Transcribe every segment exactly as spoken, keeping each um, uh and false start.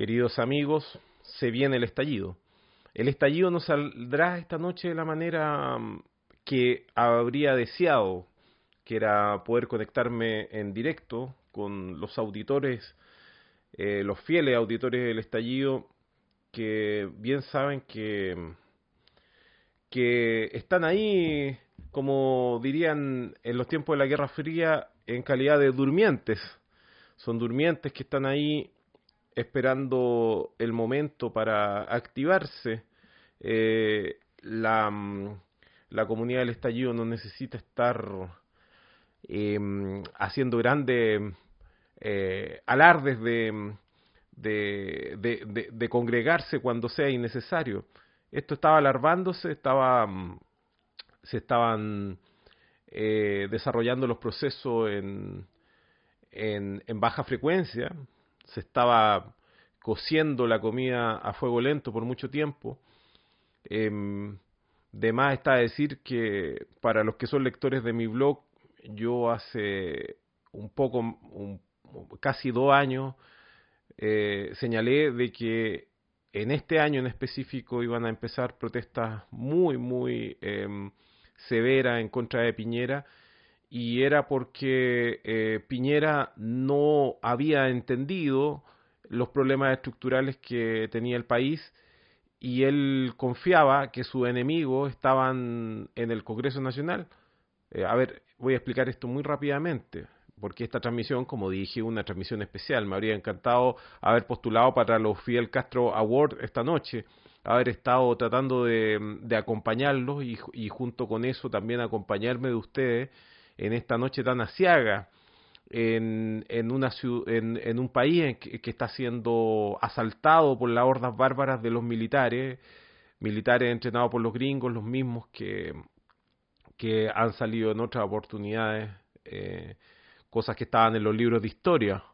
Queridos amigos, se viene el estallido. El estallido no saldrá esta noche de la manera mm, que habría deseado, que era poder conectarme en directo con los auditores, eh, los fieles auditores del estallido, que bien saben que, que están ahí, como dirían en los tiempos de la Guerra Fría, en calidad de durmientes. Son durmientes que están ahí esperando el momento para activarse. Eh, la, mm, la comunidad del estallido no necesita estar eh, haciendo grandes eh, alardes de, de, de, de, de congregarse cuando sea innecesario. Esto estaba alarvándose, estaba, mm, se estaban eh, desarrollando los procesos en, en, en baja frecuencia, se estaba cociendo la comida a fuego lento por mucho tiempo. Eh, de más está decir que para los que son lectores de mi blog, yo hace un poco, un, casi dos años, eh, señalé de que en este año en específico iban a empezar protestas muy, muy eh, severas en contra de Piñera, y era porque eh, Piñera no había entendido los problemas estructurales que tenía el país, y él confiaba que sus enemigos estaban en el Congreso Nacional. Eh, a ver, voy a explicar esto muy rápidamente, porque esta transmisión, como dije, es una transmisión especial. Me habría encantado haber postulado para los Fidel Castro Award esta noche, haber estado tratando de, de acompañarlos y, y junto con eso también acompañarme de ustedes en esta noche tan aciaga, en, en, una, en, en un país en que, que está siendo asaltado por las hordas bárbaras de los militares, militares entrenados por los gringos, los mismos que, que han salido en otras oportunidades, eh, cosas que estaban en los libros de historia.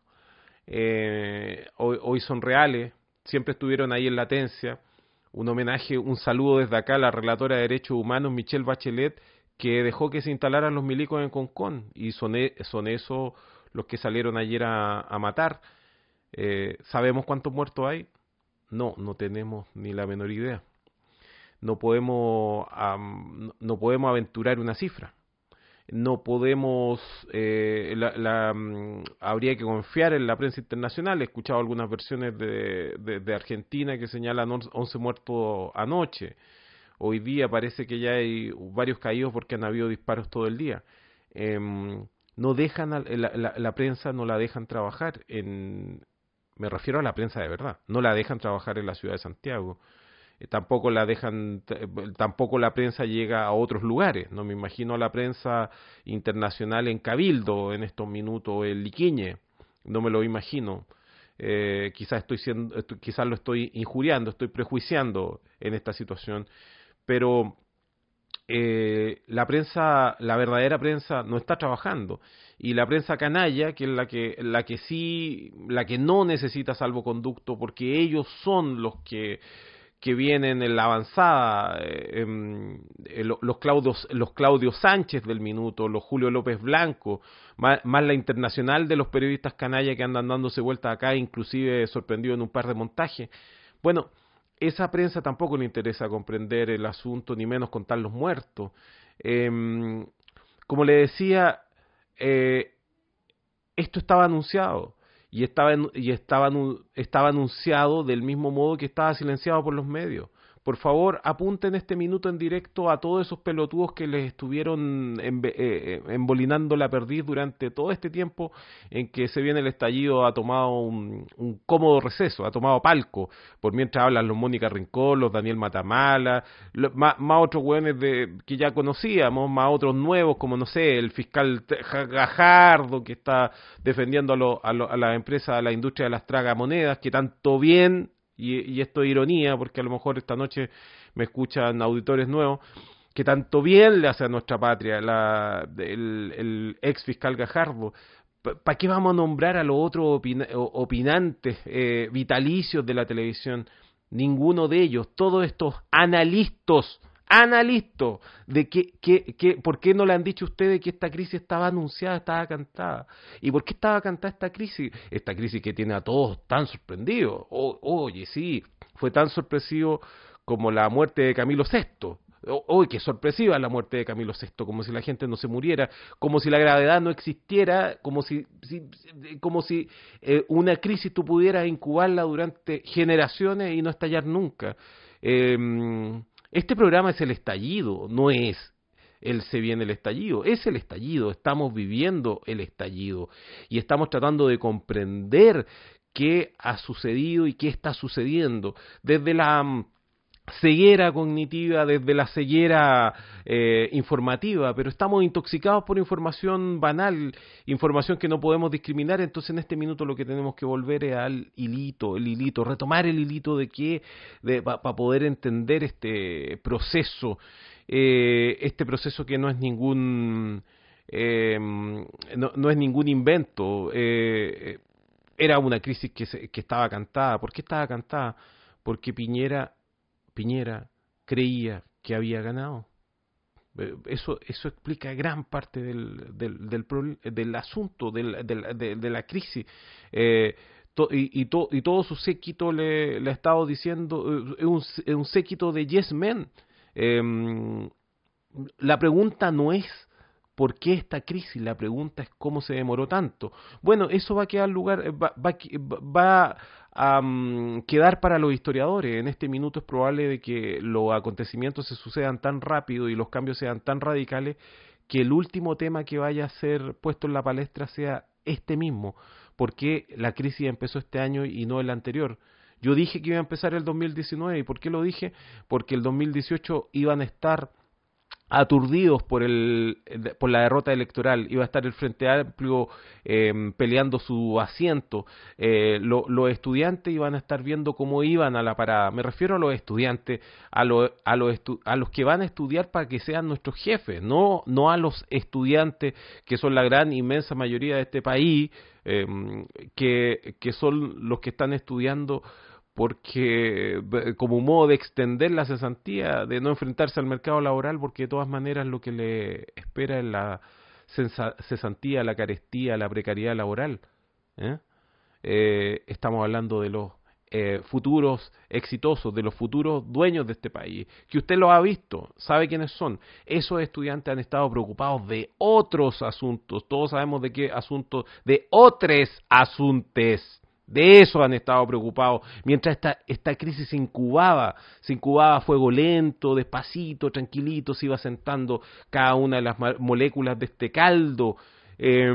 Eh, hoy, hoy son reales, siempre estuvieron ahí en latencia. Un homenaje, un saludo desde acá a la relatora de Derechos Humanos, Michelle Bachelet, que dejó que se instalaran los milicos en Concón, y son, e, son esos los que salieron ayer a, a matar. Eh, ¿Sabemos cuántos muertos hay? No, no tenemos ni la menor idea. No podemos, um, no podemos aventurar una cifra. No podemos, eh, la, la, um, habría que confiar en la prensa internacional. He escuchado algunas versiones de, de, de Argentina que señalan once muertos anoche. Hoy día parece que ya hay varios caídos porque han habido disparos todo el día. Eh, no dejan, a, la, la, la prensa no la dejan trabajar, en, me refiero a la prensa de verdad, no la dejan trabajar en la ciudad de Santiago. Eh, tampoco la dejan, tampoco la prensa llega a otros lugares. No me imagino a la prensa internacional en Cabildo en estos minutos, en Liquiñe, no me lo imagino. Eh, quizás estoy siendo, estoy, quizás lo estoy injuriando, estoy prejuiciando en esta situación. Pero eh, la prensa, la verdadera prensa no está trabajando, y la prensa canalla, que es la que, la que sí, la que no necesita salvoconducto, porque ellos son los que que vienen en la avanzada, eh, eh, los Claudios, los Claudio Sánchez del minuto, los Julio López Blanco, más, más la internacional de los periodistas canalla que andan dándose vueltas acá, inclusive sorprendido en un par de montajes. Bueno, esa prensa tampoco le interesa comprender el asunto, ni menos contar los muertos. Eh, como le decía, eh, esto estaba anunciado, y estaba, y estaba, estaba anunciado del mismo modo que estaba silenciado por los medios. Por favor, apunten este minuto en directo a todos esos pelotudos que les estuvieron embolinando la perdiz durante todo este tiempo en que se viene el estallido. Ha tomado un, un cómodo receso, ha tomado palco, por mientras hablan los Mónica Rincón, los Daniel Matamala, los, más, más otros hueones de, que ya conocíamos, más otros nuevos, como no sé, el fiscal Gajardo, que está defendiendo a, lo, a, lo, a las empresas, a la industria de las tragamonedas, que tanto bien... Y, y esto es ironía, porque a lo mejor esta noche me escuchan auditores nuevos, que tanto bien le hace a nuestra patria la, el, el ex fiscal Gajardo. ¿Para qué vamos a nombrar a los otros opina, opinantes eh, vitalicios de la televisión? Ninguno de ellos, todos estos analistas, analisto de que, que, que, por qué no le han dicho ustedes que esta crisis estaba anunciada, estaba cantada. ¿Y por qué estaba cantada esta crisis? Esta crisis que tiene a todos tan sorprendidos. O, oye, sí, fue tan sorpresivo como la muerte de Camilo sexto. ¡Uy, qué sorpresiva la muerte de Camilo sexto! Como si la gente no se muriera, como si la gravedad no existiera, como si, si como si eh, una crisis tú pudieras incubarla durante generaciones y no estallar nunca. Eh, este programa es el estallido, no es el se viene el estallido, es el estallido, estamos viviendo el estallido y estamos tratando de comprender qué ha sucedido y qué está sucediendo desde la ceguera cognitiva, desde la ceguera eh, informativa, pero estamos intoxicados por información banal, información que no podemos discriminar. Entonces en este minuto lo que tenemos que volver es al hilito, el hilito, retomar el hilito de qué, para pa poder entender este proceso, eh, este proceso que no es ningún eh, no, no es ningún invento, eh, era una crisis que, se, que estaba cantada. ¿Por qué estaba cantada? Porque Piñera Piñera creía que había ganado. Eso, eso explica gran parte del, del, del, del asunto, del, del, de, de la crisis. Eh, to, y, y, to, y todo su séquito le, le ha estado diciendo, es un, es un séquito de yes men. Eh, la pregunta no es ¿por qué esta crisis? La pregunta es ¿cómo se demoró tanto? Bueno, eso va a quedar lugar, va, va, va a um, quedar para los historiadores. En este minuto es probable de que los acontecimientos se sucedan tan rápido y los cambios sean tan radicales que el último tema que vaya a ser puesto en la palestra sea este mismo. ¿Por qué la crisis empezó este año y no el anterior? Yo dije que iba a empezar el dos mil diecinueve. ¿Y por qué lo dije? Porque el dos mil dieciocho iban a estar aturdidos por el por la derrota electoral, iba a estar el Frente Amplio eh, peleando su asiento, eh, lo, los estudiantes iban a estar viendo cómo iban a la parada. Me refiero a los estudiantes, a, lo, a, los, estu a los que van a estudiar para que sean nuestros jefes, no, no a los estudiantes que son la gran inmensa mayoría de este país, eh, que, que son los que están estudiando porque como un modo de extender la cesantía, de no enfrentarse al mercado laboral, porque de todas maneras lo que le espera es la cesantía, la carestía, la precariedad laboral. ¿eh? Eh, estamos hablando de los eh, futuros exitosos, de los futuros dueños de este país, que usted los ha visto, sabe quiénes son. Esos estudiantes han estado preocupados de otros asuntos, todos sabemos de qué asuntos, de otros asuntos. De eso han estado preocupados, mientras esta, esta crisis se incubaba, se incubaba a fuego lento, despacito, tranquilito, se iba sentando cada una de las moléculas de este caldo eh,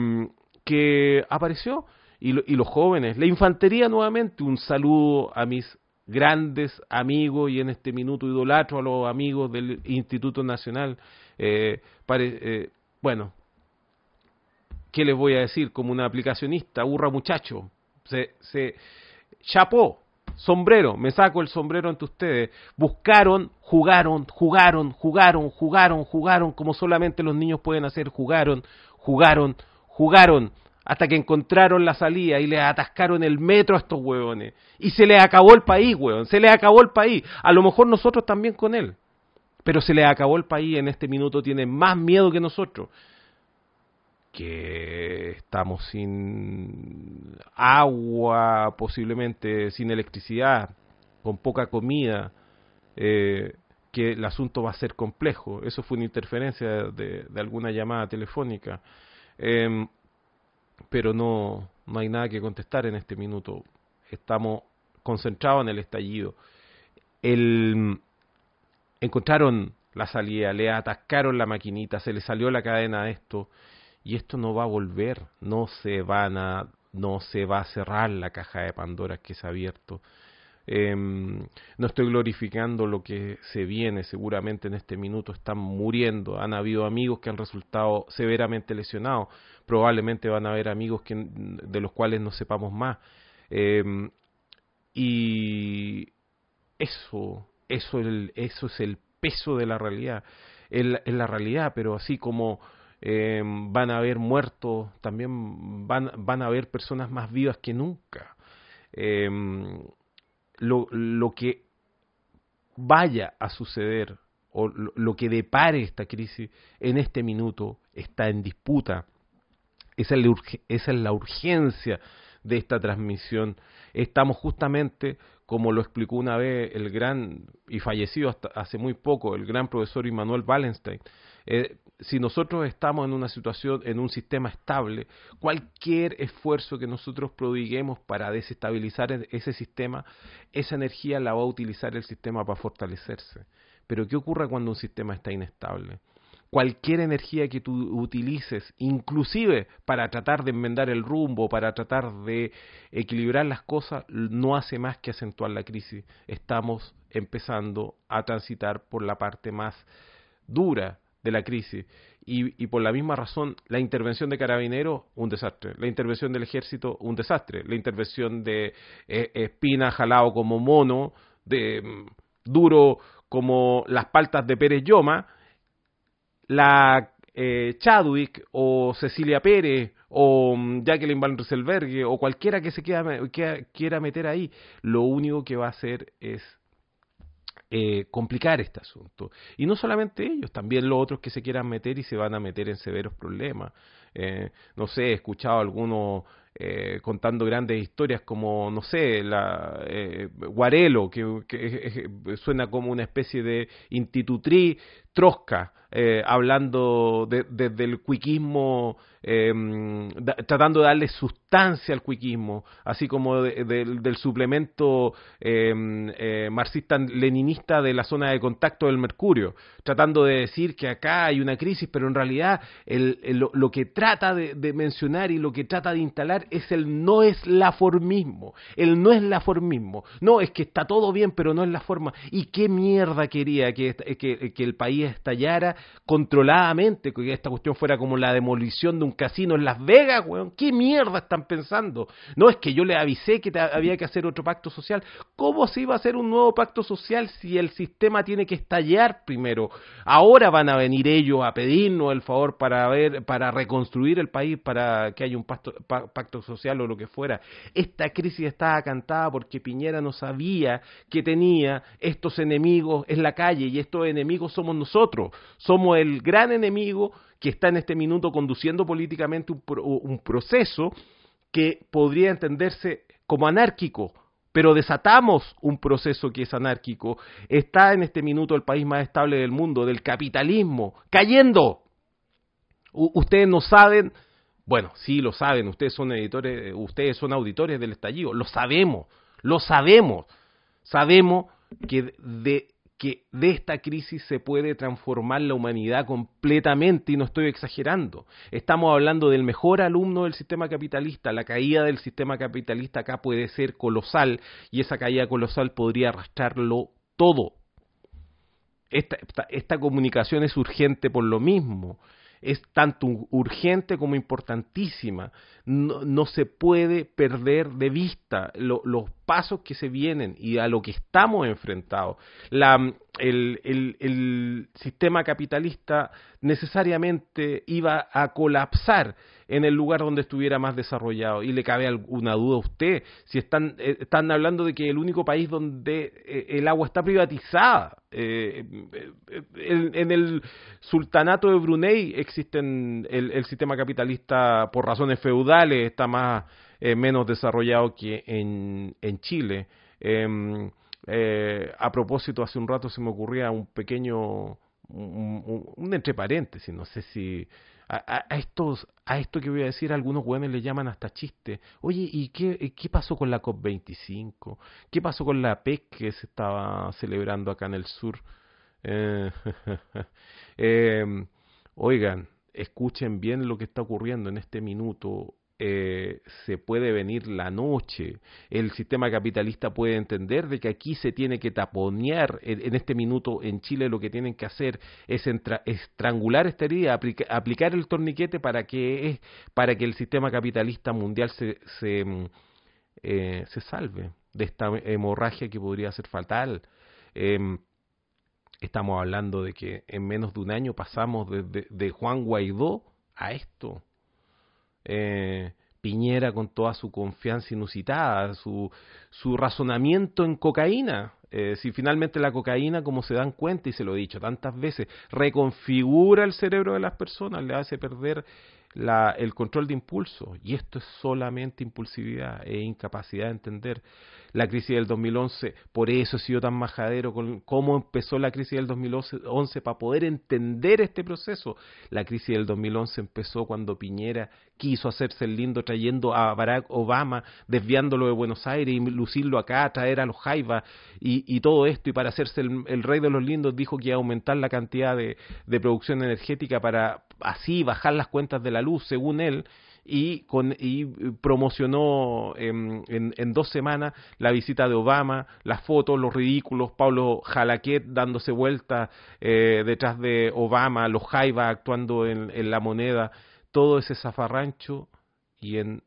que apareció, y, lo, y los jóvenes, la infantería nuevamente, un saludo a mis grandes amigos, y en este minuto idolatro a los amigos del Instituto Nacional, eh, pare, eh, bueno, ¿qué les voy a decir? Como una aplicacionista, hurra muchacho, Se, se chapó, sombrero, me saco el sombrero ante ustedes. Buscaron, jugaron, jugaron, jugaron, jugaron, jugaron, como solamente los niños pueden hacer, jugaron, jugaron, jugaron, hasta que encontraron la salida y les atascaron el metro a estos huevones. Y se les acabó el país, huevón, se les acabó el país. A lo mejor nosotros también con él, pero se les acabó el país. En este minuto tienen más miedo que nosotros, que estamos sin agua, posiblemente sin electricidad, con poca comida, eh, que el asunto va a ser complejo. Eso fue una interferencia de, de alguna llamada telefónica, eh, pero no, no hay nada que contestar en este minuto. Estamos concentrados en el estallido. El, encontraron la salida, le atascaron la maquinita, se le salió la cadena a esto. Y esto no va a volver, no se van a, no se va a cerrar la caja de Pandora que se ha abierto. Eh, no estoy glorificando lo que se viene, seguramente en este minuto están muriendo, han habido amigos que han resultado severamente lesionados, probablemente van a haber amigos que, de los cuales no sepamos más. Eh, y eso, eso, el, eso es el peso de la realidad, es la realidad, pero así como Eh, van a haber muertos, también van, van a haber personas más vivas que nunca. Eh, lo, lo que vaya a suceder o lo, lo que depare esta crisis en este minuto está en disputa. Esa es la, urge, esa es la urgencia de esta transmisión. Estamos justamente, como lo explicó una vez el gran, y fallecido hasta hace muy poco, el gran profesor Immanuel Wallenstein, eh, si nosotros estamos en una situación, en un sistema estable, cualquier esfuerzo que nosotros prodiguemos para desestabilizar ese sistema, esa energía la va a utilizar el sistema para fortalecerse. Pero ¿qué ocurre cuando un sistema está inestable? Cualquier energía que tú utilices, inclusive para tratar de enmendar el rumbo, para tratar de equilibrar las cosas, no hace más que acentuar la crisis. Estamos empezando a transitar por la parte más dura de la crisis y, y por la misma razón la intervención de Carabineros, un desastre, la intervención del Ejército, un desastre, la intervención de eh, Espina jalado como mono, de mm, Duro como las paltas de Pérez Lloma, la eh, Chadwick o Cecilia Pérez o um, Jacqueline Van Rysselberghe o cualquiera que se quiera, que quiera meter ahí, lo único que va a hacer es eh, complicar este asunto. Y no solamente ellos, también los otros que se quieran meter y se van a meter en severos problemas. Eh, no sé, he escuchado a algunos eh, contando grandes historias como, no sé, la eh, Guarelo, que, que eh, suena como una especie de institutriz trosca, eh, hablando desde de, el cuiquismo, eh, da, tratando de darle sustancia al cuiquismo, así como de, de, del suplemento eh, eh, marxista-leninista de la zona de contacto del Mercurio, tratando de decir que acá hay una crisis, pero en realidad el, el, lo, lo que trata de, de mencionar y lo que trata de instalar es el no es la formismo, el no es la formismo, no, es que está todo bien, pero no es la forma. ¿Y qué mierda quería que, que, que el país estallara controladamente, que esta cuestión fuera como la demolición de un casino en Las Vegas, weón? ¿Qué mierda están pensando? No, es que yo le avisé que te, había que hacer otro pacto social. ¿Cómo se iba a hacer un nuevo pacto social si el sistema tiene que estallar primero? Ahora van a venir ellos a pedirnos el favor para ver, para reconstruir el país, para que haya un pacto, pacto social o lo que fuera. Esta crisis estaba cantada porque Piñera no sabía que tenía estos enemigos en la calle, y estos enemigos somos nosotros. Somos el gran enemigo que está en este minuto conduciendo políticamente un, pro, un proceso que podría entenderse como anárquico, pero desatamos un proceso que es anárquico. Está en este minuto el país más estable del mundo, del capitalismo, cayendo. U- ustedes no saben, bueno, sí lo saben, ustedes son editores, ustedes son auditores del estallido, lo sabemos, lo sabemos. Sabemos que de que de esta crisis se puede transformar la humanidad completamente, y no estoy exagerando. Estamos hablando del mejor alumno del sistema capitalista. La caída del sistema capitalista acá puede ser colosal, y esa caída colosal podría arrastrarlo todo. Esta, esta, esta comunicación es urgente por lo mismo. Es tanto urgente como importantísima. No, no se puede perder de vista lo, los pasos que se vienen y a lo que estamos enfrentados. La, el, el, el sistema capitalista necesariamente iba a colapsar en el lugar donde estuviera más desarrollado. Y le cabe alguna duda a usted si están, eh, están hablando de que el único país donde eh, el agua está privatizada. Eh, en, en el sultanato de Brunei existen el, el sistema capitalista por razones feudales, está más eh, menos desarrollado que en, en Chile. Eh, eh, a propósito, hace un rato se me ocurría un pequeño, un, un, un entre paréntesis, no sé si a, a, estos, a esto que voy a decir, algunos güeyes le llaman hasta chiste. Oye, ¿y qué, qué pasó con la COP veinticinco? ¿Qué pasó con la P E C que se estaba celebrando acá en el sur? Eh, eh, oigan, escuchen bien lo que está ocurriendo en este minuto. Eh, se puede venir la noche. El sistema capitalista puede entender de que aquí se tiene que taponear. En, en este minuto en Chile lo que tienen que hacer es entra, estrangular esta herida, aplica, aplicar el torniquete para que, para que el sistema capitalista mundial se, se, eh, se salve de esta hemorragia que podría ser fatal. Eh, Estamos hablando de que en menos de un año pasamos de, de, de Juan Guaidó a esto. Eh, Piñera con toda su confianza inusitada, su, su razonamiento en cocaína, Eh, si finalmente la cocaína, como se dan cuenta, y se lo he dicho tantas veces, reconfigura el cerebro de las personas, le hace perder la, el control de impulso, y esto es solamente impulsividad e incapacidad de entender la crisis del dos mil once. Por eso he sido tan majadero con cómo empezó la crisis del dos mil once, para poder entender este proceso. La crisis del dos mil once empezó cuando Piñera quiso hacerse el lindo trayendo a Barack Obama, desviándolo de Buenos Aires y lucirlo acá, traer a los Jaivas y, y todo esto, y para hacerse el, el rey de los lindos dijo que iba a aumentar la cantidad de, de producción energética para así bajar las cuentas de la luz, según él, y, con, y promocionó en, en, en dos semanas la visita de Obama, las fotos, los ridículos, Pablo Jalaquet dándose vuelta eh, detrás de Obama, los Jaivas actuando en, en La Moneda, todo ese zafarrancho, y en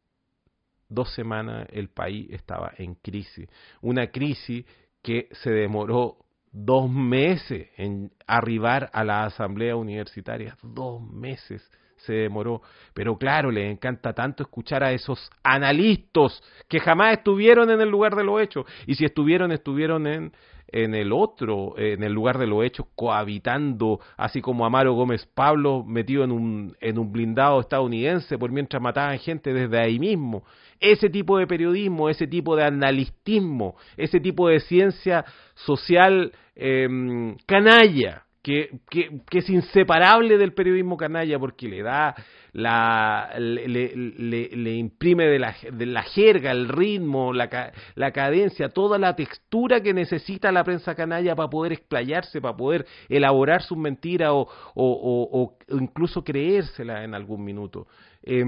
dos semanas el país estaba en crisis. Una crisis que se demoró dos meses en arribar a la asamblea universitaria. Dos meses se demoró. Pero claro, les encanta tanto escuchar a esos analistas que jamás estuvieron en el lugar de los hechos. Y si estuvieron, estuvieron en, en el otro, en el lugar de los hechos, cohabitando, así como Amaro Gómez Pablo, metido en un, en un blindado estadounidense por mientras mataban gente desde ahí mismo. Ese tipo de periodismo, ese tipo de analistismo, ese tipo de ciencia social eh, canalla, que, que, que es inseparable del periodismo canalla, porque le da la le, le, le imprime de la, de la jerga, el ritmo, la, la cadencia, toda la textura que necesita la prensa canalla para poder explayarse, para poder elaborar sus mentiras o, o, o, o incluso creérsela en algún minuto. Eh,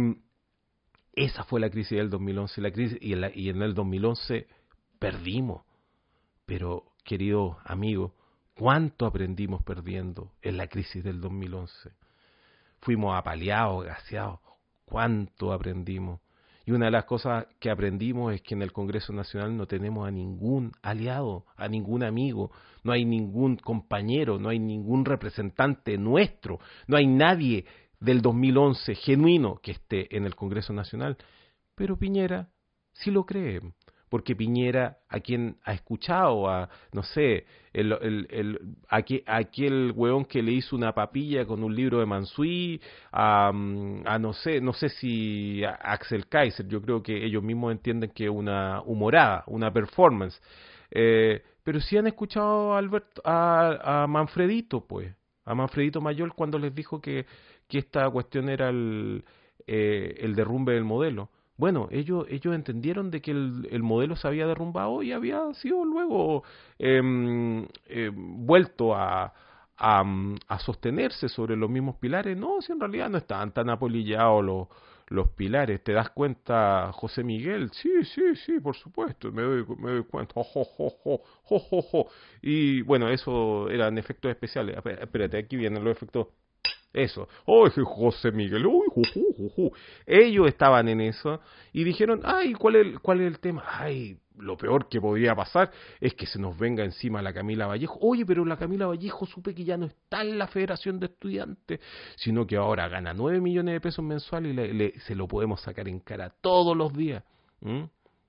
esa fue la crisis del dos mil once, la crisis, y, en la, y en el dos mil once perdimos. Pero, querido amigo, ¿cuánto aprendimos perdiendo en la crisis del dos mil once? Fuimos apaleados, gaseados. ¿Cuánto aprendimos? Y una de las cosas que aprendimos es que en el Congreso Nacional no tenemos a ningún aliado, a ningún amigo, no hay ningún compañero, no hay ningún representante nuestro, no hay nadie del dos mil once genuino que esté en el Congreso Nacional. Pero Piñera sí lo cree, porque Piñera, a quien ha escuchado, a, no sé, el, el, el, a aquel hueón que le hizo una papilla con un libro de Mansuí, a, a no sé, no sé si a Axel Kaiser, yo creo que ellos mismos entienden que es una humorada, una performance, eh, pero sí han escuchado a, Alberto, a, a Manfredito, pues, a Manfredito Mayol cuando les dijo que, que esta cuestión era el, eh, el derrumbe del modelo. Bueno, ellos ellos entendieron de que el, el modelo se había derrumbado y había sido luego eh, eh, vuelto a, a, a sostenerse sobre los mismos pilares. No, si en realidad no estaban tan apolillados los, los pilares. ¿Te das cuenta, José Miguel? Sí, sí, sí, por supuesto, me doy, me doy cuenta. Jo, jo, jo, jo, jo, jo, jo. Y bueno, eso eran efectos especiales. Espérate, aquí vienen los efectos. Eso, ¡ay, José Miguel! ¡Uy, ju, ju, ju, ju! Ellos estaban en eso y dijeron, ¡ay, cuál es, cuál es el tema! ¡Ay, lo peor que podría pasar es que se nos venga encima la Camila Vallejo! Oye, pero la Camila Vallejo supe que ya no está en la Federación de Estudiantes, sino que ahora gana nueve millones de pesos mensuales y le, le, se lo podemos sacar en cara todos los días. ¿Mm?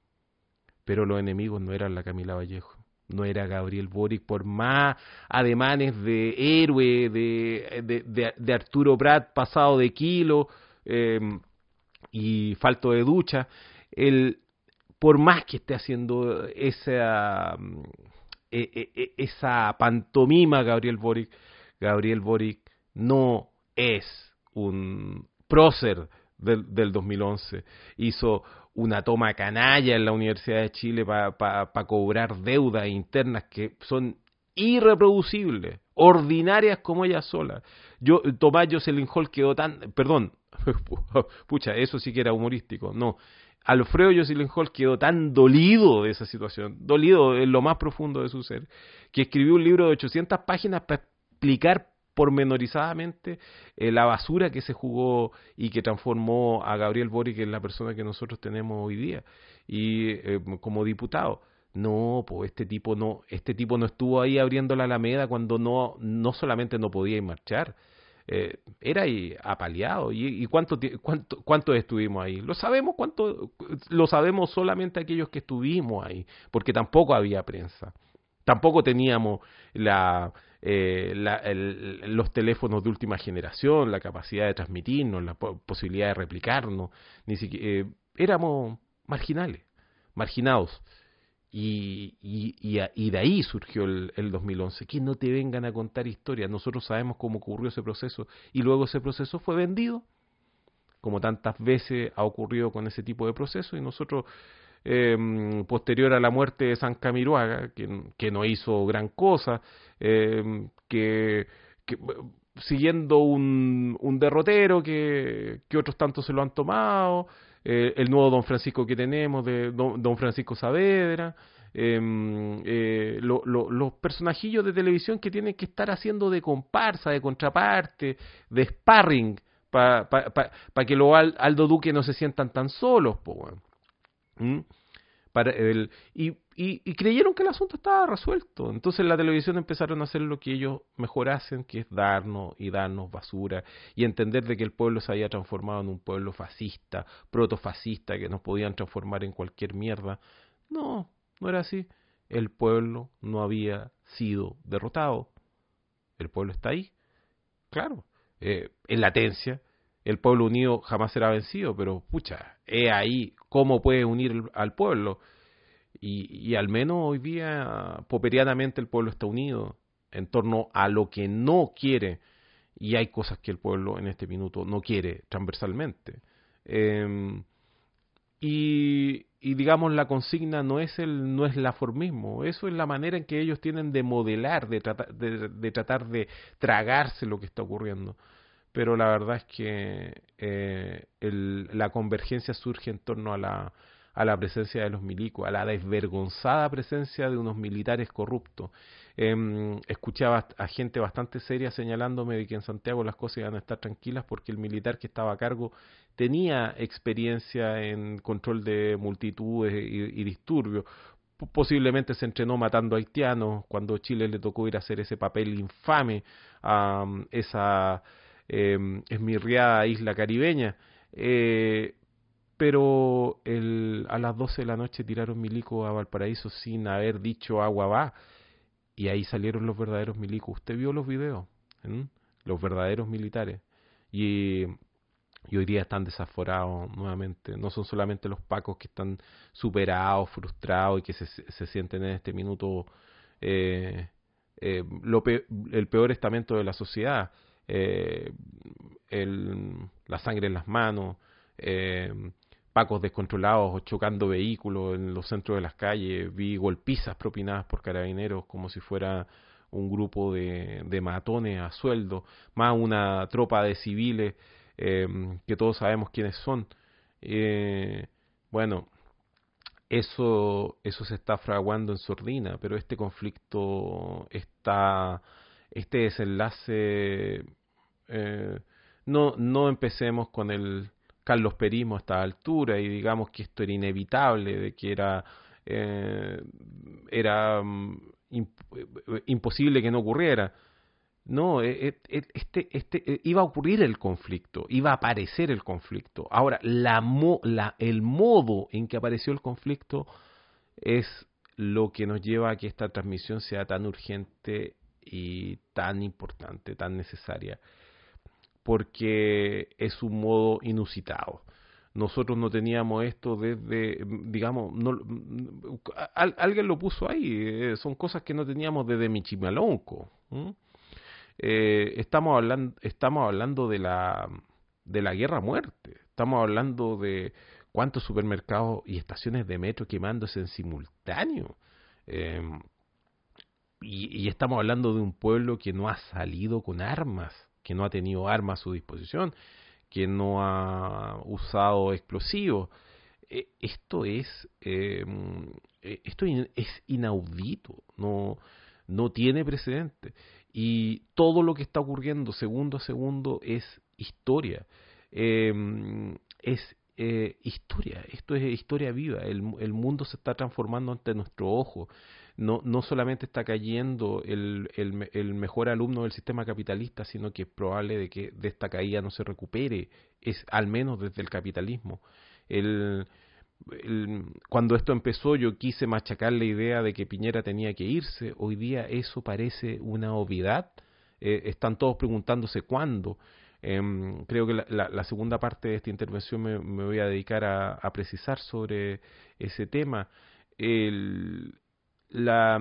Pero los enemigos no eran la Camila Vallejo. No era Gabriel Boric, por más ademanes de héroe, de, de, de, de Arturo Prat pasado de kilo eh, y falto de ducha. El, por más que esté haciendo esa, eh, eh, esa pantomima Gabriel Boric, Gabriel Boric no es un prócer del, del dos mil once. Hizo una toma canalla en la Universidad de Chile para pa, pa cobrar deudas internas que son irreproducibles, ordinarias como ella sola. Yo, Tomás Jocelyn Hall quedó tan, perdón, pucha, eso sí que era humorístico, no, Alfredo Jocelyn Hall quedó tan dolido de esa situación, dolido en lo más profundo de su ser, que escribió un libro de ochocientas páginas para explicar pormenorizadamente eh, la basura que se jugó y que transformó a Gabriel Boric en la persona que nosotros tenemos hoy día y eh, como diputado. No, pues este tipo no, este tipo no estuvo ahí abriendo la Alameda cuando no, no solamente no podía ir marchar, eh, era ahí apaleado. ¿Y, y cuánto, cuánto, cuántos estuvimos ahí? Lo sabemos cuánto, lo sabemos solamente aquellos que estuvimos ahí, porque tampoco había prensa. tampoco teníamos la, eh, la, el, los teléfonos de última generación, la capacidad de transmitirnos, la po posibilidad de replicarnos, ni siquiera, eh, éramos marginales, marginados. Y, y, y, a, y de ahí surgió el, el dos mil once, que no te vengan a contar historias. Nosotros sabemos cómo ocurrió ese proceso y luego ese proceso fue vendido, como tantas veces ha ocurrido con ese tipo de procesos, y nosotros, eh, posterior a la muerte de San Camiroaga, que, que no hizo gran cosa, eh, que, que siguiendo un, un derrotero que, que otros tantos se lo han tomado, eh, el nuevo Don Francisco que tenemos, de Don, don Francisco Saavedra, eh, eh, lo, lo, los personajillos de televisión que tienen que estar haciendo de comparsa, de contraparte, de sparring, para pa, pa, pa que los Aldo Duque no se sientan tan solos, po, bueno. ¿Mm? Para el, y, y, y creyeron que el asunto estaba resuelto. Entonces la televisión empezaron a hacer lo que ellos mejor hacen, que es darnos y darnos basura, y entender de que el pueblo se había transformado en un pueblo fascista, protofascista, que nos podían transformar en cualquier mierda. No, no era así. El pueblo no había sido derrotado. El pueblo está ahí, claro, eh, en latencia. El pueblo unido jamás será vencido, pero pucha, es ahí cómo puede unir al pueblo. Y, y al menos hoy día, poperianamente, el pueblo está unido en torno a lo que no quiere, y hay cosas que el pueblo en este minuto no quiere transversalmente. Eh, y, y digamos, la consigna no es el no es el aformismo, eso es la manera en que ellos tienen de modelar, de, trata, de, de tratar de tragarse lo que está ocurriendo. Pero la verdad es que eh, el, la convergencia surge en torno a la, a la presencia de los milicos, a la desvergonzada presencia de unos militares corruptos. Eh, escuchaba a gente bastante seria señalándome de que en Santiago las cosas iban a estar tranquilas porque el militar que estaba a cargo tenía experiencia en control de multitudes y, y disturbios. Posiblemente se entrenó matando haitianos cuando Chile le tocó ir a hacer ese papel infame a um, esa eh, esmirriada isla caribeña. Eh, pero el, a las doce de la noche tiraron milicos a Valparaíso sin haber dicho agua va, y ahí salieron los verdaderos milicos. Usted vio los videos, ¿eh? Los verdaderos militares, y, y hoy día están desaforados nuevamente. No son solamente los pacos que están superados, frustrados y que se, se sienten en este minuto eh, eh, lo pe el peor estamento de la sociedad, eh, el, la sangre en las manos, eh, pacos descontrolados chocando vehículos en los centros de las calles. Vi golpizas propinadas por carabineros como si fuera un grupo de, de matones a sueldo, más una tropa de civiles eh, que todos sabemos quiénes son. Eh, bueno, eso, eso se está fraguando en sordina, pero este conflicto está, este desenlace, eh, no, no empecemos con el Carlos Perismo a esta altura y digamos que esto era inevitable, de que era, eh, era um, imp imposible que no ocurriera. No, este, este, iba a ocurrir el conflicto, iba a aparecer el conflicto. Ahora, la, mo, la, el modo en que apareció el conflicto es lo que nos lleva a que esta transmisión sea tan urgente y tan importante, tan necesaria, porque es un modo inusitado. Nosotros no teníamos esto desde, digamos, no, al, alguien lo puso ahí, eh, son cosas que no teníamos desde Michimalonco. ¿Mm? Eh, estamos hablando, estamos hablando de la de la guerra a muerte. Estamos hablando de cuántos supermercados y estaciones de metro quemándose en simultáneo. Eh, y, y estamos hablando de un pueblo que no ha salido con armas, que no ha tenido armas a su disposición, que no ha usado explosivos. Eh, esto es eh, esto es inaudito, no no tiene precedente. Y todo lo que está ocurriendo segundo a segundo es historia. Eh, es eh, historia. Esto es historia viva. El, el mundo se está transformando ante nuestro ojo. No, no solamente está cayendo el, el, el mejor alumno del sistema capitalista, sino que es probable de que de esta caída no se recupere, es al menos desde el capitalismo. El, el, cuando esto empezó yo quise machacar la idea de que Piñera tenía que irse. Hoy día eso parece una obviedad. Eh, están todos preguntándose cuándo. Eh, creo que la, la, la segunda parte de esta intervención me, me voy a dedicar a, a precisar sobre ese tema. El, la,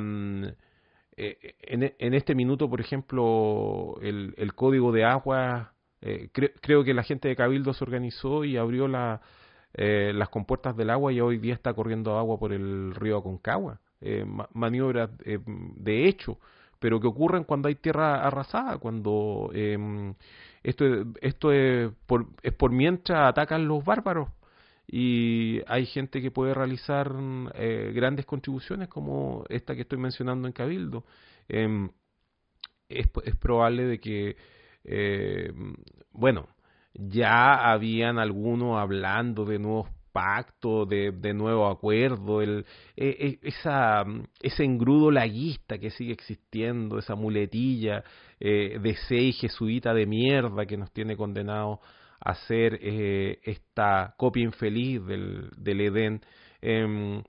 eh, en, en este minuto, por ejemplo, el, el código de agua, eh, cre, creo que la gente de Cabildo se organizó y abrió la, eh, las compuertas del agua y hoy día está corriendo agua por el río Aconcagua. Eh, ma, maniobras eh, de hecho, pero que ocurren cuando hay tierra arrasada, cuando eh, esto, esto es, por, es por mientras atacan los bárbaros y hay gente que puede realizar eh, grandes contribuciones como esta que estoy mencionando en Cabildo. Eh, es, es probable de que, eh, bueno, ya habían algunos hablando de nuevos pactos, de, de nuevo acuerdo, el, eh, esa, ese engrudo laguista que sigue existiendo, esa muletilla eh, de seis jesuita de mierda que nos tiene condenados a ser eh, esta copia infeliz del, del Edén. Eh,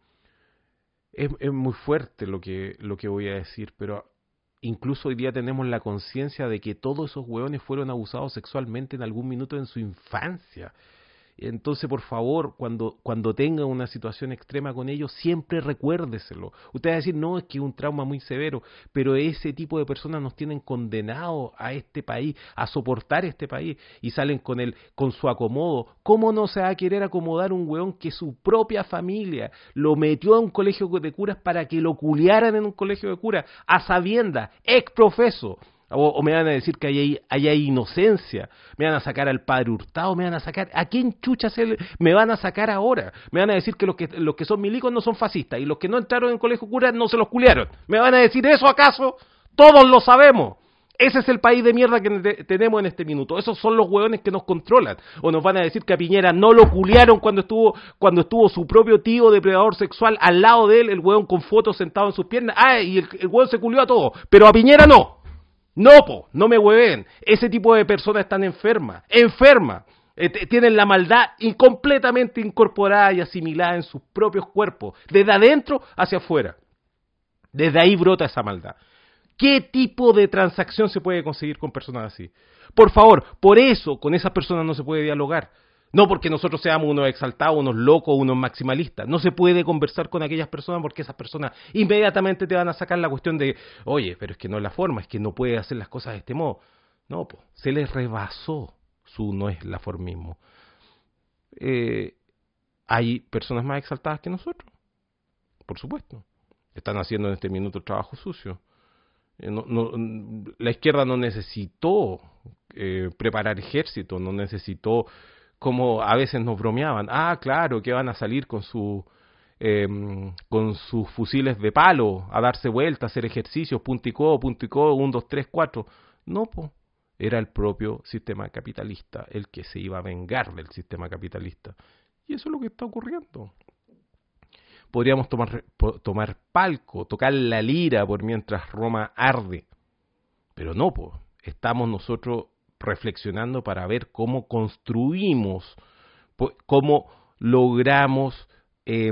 es, es muy fuerte lo que, lo que voy a decir, pero incluso hoy día tenemos la conciencia de que todos esos hueones fueron abusados sexualmente en algún minuto en su infancia. Entonces, por favor, cuando, cuando tenga una situación extrema con ellos, siempre recuérdeselo. Usted va a decir, no, es que es un trauma muy severo, pero ese tipo de personas nos tienen condenados a este país, a soportar este país, y salen con el, con su acomodo. ¿Cómo no se va a querer acomodar un hueón que su propia familia lo metió a un colegio de curas para que lo culiaran en un colegio de curas, a sabiendas, ex profeso? O, o me van a decir que ahí hay, ahí hay inocencia, me van a sacar al padre Hurtado, me van a sacar, ¿a quién chuchas el, me van a sacar ahora? Me van a decir que los que los que son milicos no son fascistas y los que no entraron en colegio cura no se los culiaron. ¿Me van a decir eso acaso? Todos lo sabemos. Ese es el país de mierda que te, tenemos en este minuto. Esos son los hueones que nos controlan. O nos van a decir que a Piñera no lo culiaron cuando estuvo cuando estuvo su propio tío depredador sexual al lado de él, el hueón con fotos sentado en sus piernas. Ah, y el, el hueón se culió a todos, pero a Piñera no. No, po, no me hueven. Ese tipo de personas están enfermas, enfermas. Eh, tienen la maldad incompletamente incorporada y asimilada en sus propios cuerpos, desde adentro hacia afuera. Desde ahí brota esa maldad. ¿Qué tipo de transacción se puede conseguir con personas así? Por favor, por eso con esas personas no se puede dialogar. No porque nosotros seamos unos exaltados, unos locos, unos maximalistas. No se puede conversar con aquellas personas porque esas personas inmediatamente te van a sacar la cuestión de, oye, pero es que no es la forma, es que no puede hacer las cosas de este modo. No, pues, se les rebasó su no es la formismo. Eh, hay personas más exaltadas que nosotros, por supuesto. Están haciendo en este minuto el trabajo sucio. Eh, no, no, la izquierda no necesitó eh, preparar ejército, no necesitó, como a veces nos bromeaban, ah, claro, que van a salir con su eh, con sus fusiles de palo a darse vuelta, a hacer ejercicios, punticó, punticó, un, dos, tres, cuatro. No, po, era el propio sistema capitalista el que se iba a vengar del sistema capitalista. Y eso es lo que está ocurriendo. Podríamos tomar, tomar palco, tocar la lira por mientras Roma arde. Pero no, pues, estamos nosotros reflexionando para ver cómo construimos, cómo logramos eh,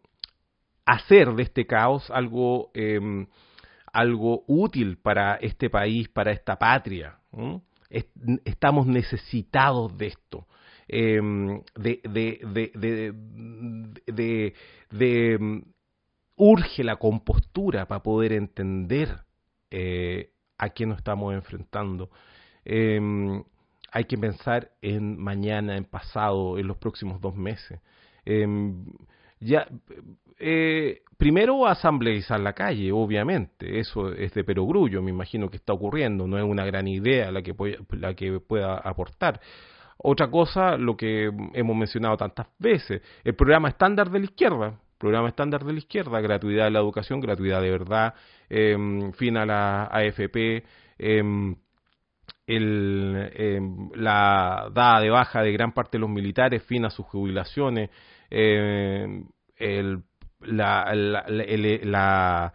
hacer de este caos algo, eh, algo útil para este país, para esta patria. ¿eh? Estamos necesitados de esto. Eh, de, de, de, de, de, de, de urge la compostura para poder entender eh, a qué nos estamos enfrentando. Eh, hay que pensar en mañana, en pasado, en los próximos dos meses. Eh, ya, eh, primero asambleizar la calle, obviamente, eso es de perogrullo, me imagino que está ocurriendo, no es una gran idea la que, la que pueda aportar. Otra cosa, lo que hemos mencionado tantas veces, el programa estándar de la izquierda, programa estándar de la izquierda, gratuidad de la educación, gratuidad de verdad, eh, fin a la A F P, eh, el, eh, la dada de baja de gran parte de los militares, fin a sus jubilaciones, eh, el, la, la, la, el, la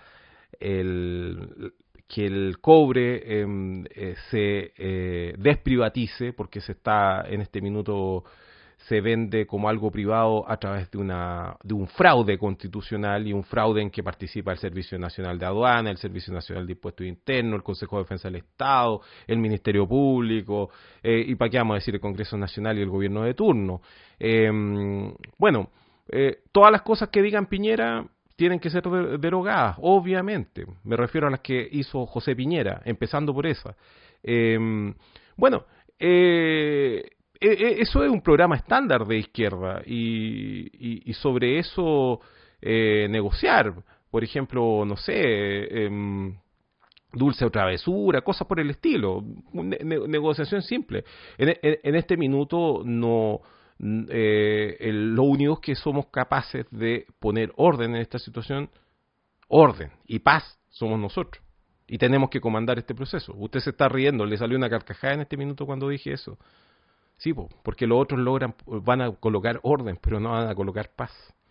el, que el cobre eh, eh, se eh, desprivatice, porque se está en este minuto se vende como algo privado a través de una de un fraude constitucional y un fraude en que participa el Servicio Nacional de Aduana, el Servicio Nacional de Impuestos Internos, el Consejo de Defensa del Estado, el Ministerio Público, eh, y para qué vamos a decir el Congreso Nacional y el gobierno de turno. Eh, bueno, eh, todas las cosas que digan Piñera tienen que ser de- derogadas, obviamente. Me refiero a las que hizo José Piñera, empezando por esa. Eh, bueno, eh, e- e- eso es un programa estándar de izquierda y, y- y sobre eso eh, negociar. Por ejemplo, no sé, em, dulce o travesura, cosas por el estilo. Ne- ne- negociación simple. En, en- en este minuto no... n- eh, el- lo único que somos capaces de poner orden en esta situación, orden y paz, somos nosotros. Y tenemos que comandar este proceso. Usted se está riendo, le salió una carcajada en este minuto cuando dije eso. Sí, po, porque los otros logran, van a colocar orden, pero no van a colocar paz.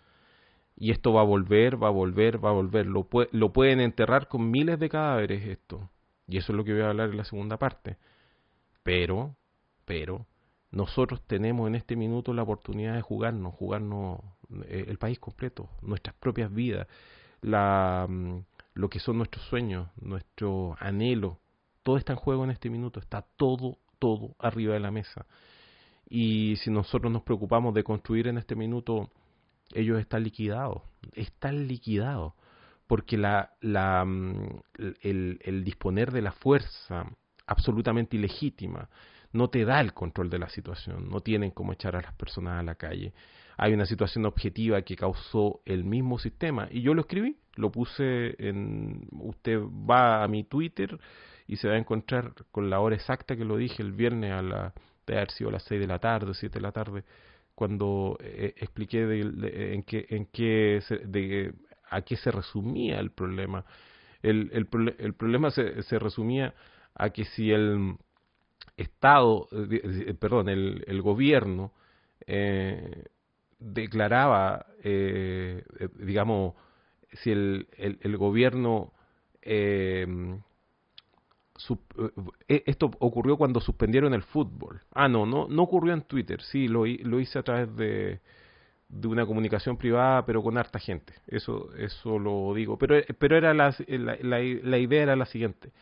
Y esto va a volver, va a volver, va a volver. Lo, pue- lo pueden enterrar con miles de cadáveres esto. Y eso es lo que voy a hablar en la segunda parte. Pero, pero, nosotros tenemos en este minuto la oportunidad de jugarnos, jugarnos eh, el país completo, nuestras propias vidas, la, mm, lo que son nuestros sueños, nuestro anhelo. Todo está en juego en este minuto, está todo, todo arriba de la mesa. Y si nosotros nos preocupamos de construir en este minuto, ellos están liquidados, están liquidados, porque la, la, mm, el, el disponer de la fuerza absolutamente ilegítima no te da el control de la situación, no tienen cómo echar a las personas a la calle. Hay una situación objetiva que causó el mismo sistema, y yo lo escribí, lo puse en... Usted va a mi Twitter y se va a encontrar con la hora exacta que lo dije el viernes a la de haber sido las seis de la tarde, siete de la tarde, cuando eh, expliqué de, de, en qué, en qué se, de, a qué se resumía el problema. El, el, el problema se, se resumía a que si el Estado, eh, perdón, el, el gobierno eh, declaraba, eh, eh, digamos, si el, el, el gobierno eh, Sub, eh, esto ocurrió cuando suspendieron el fútbol. Ah, no, no, no ocurrió en Twitter. Sí, lo, lo hice a través de, de una comunicación privada, pero con harta gente. Eso, eso lo digo. Pero, pero era la, la, la, la idea era la siguiente.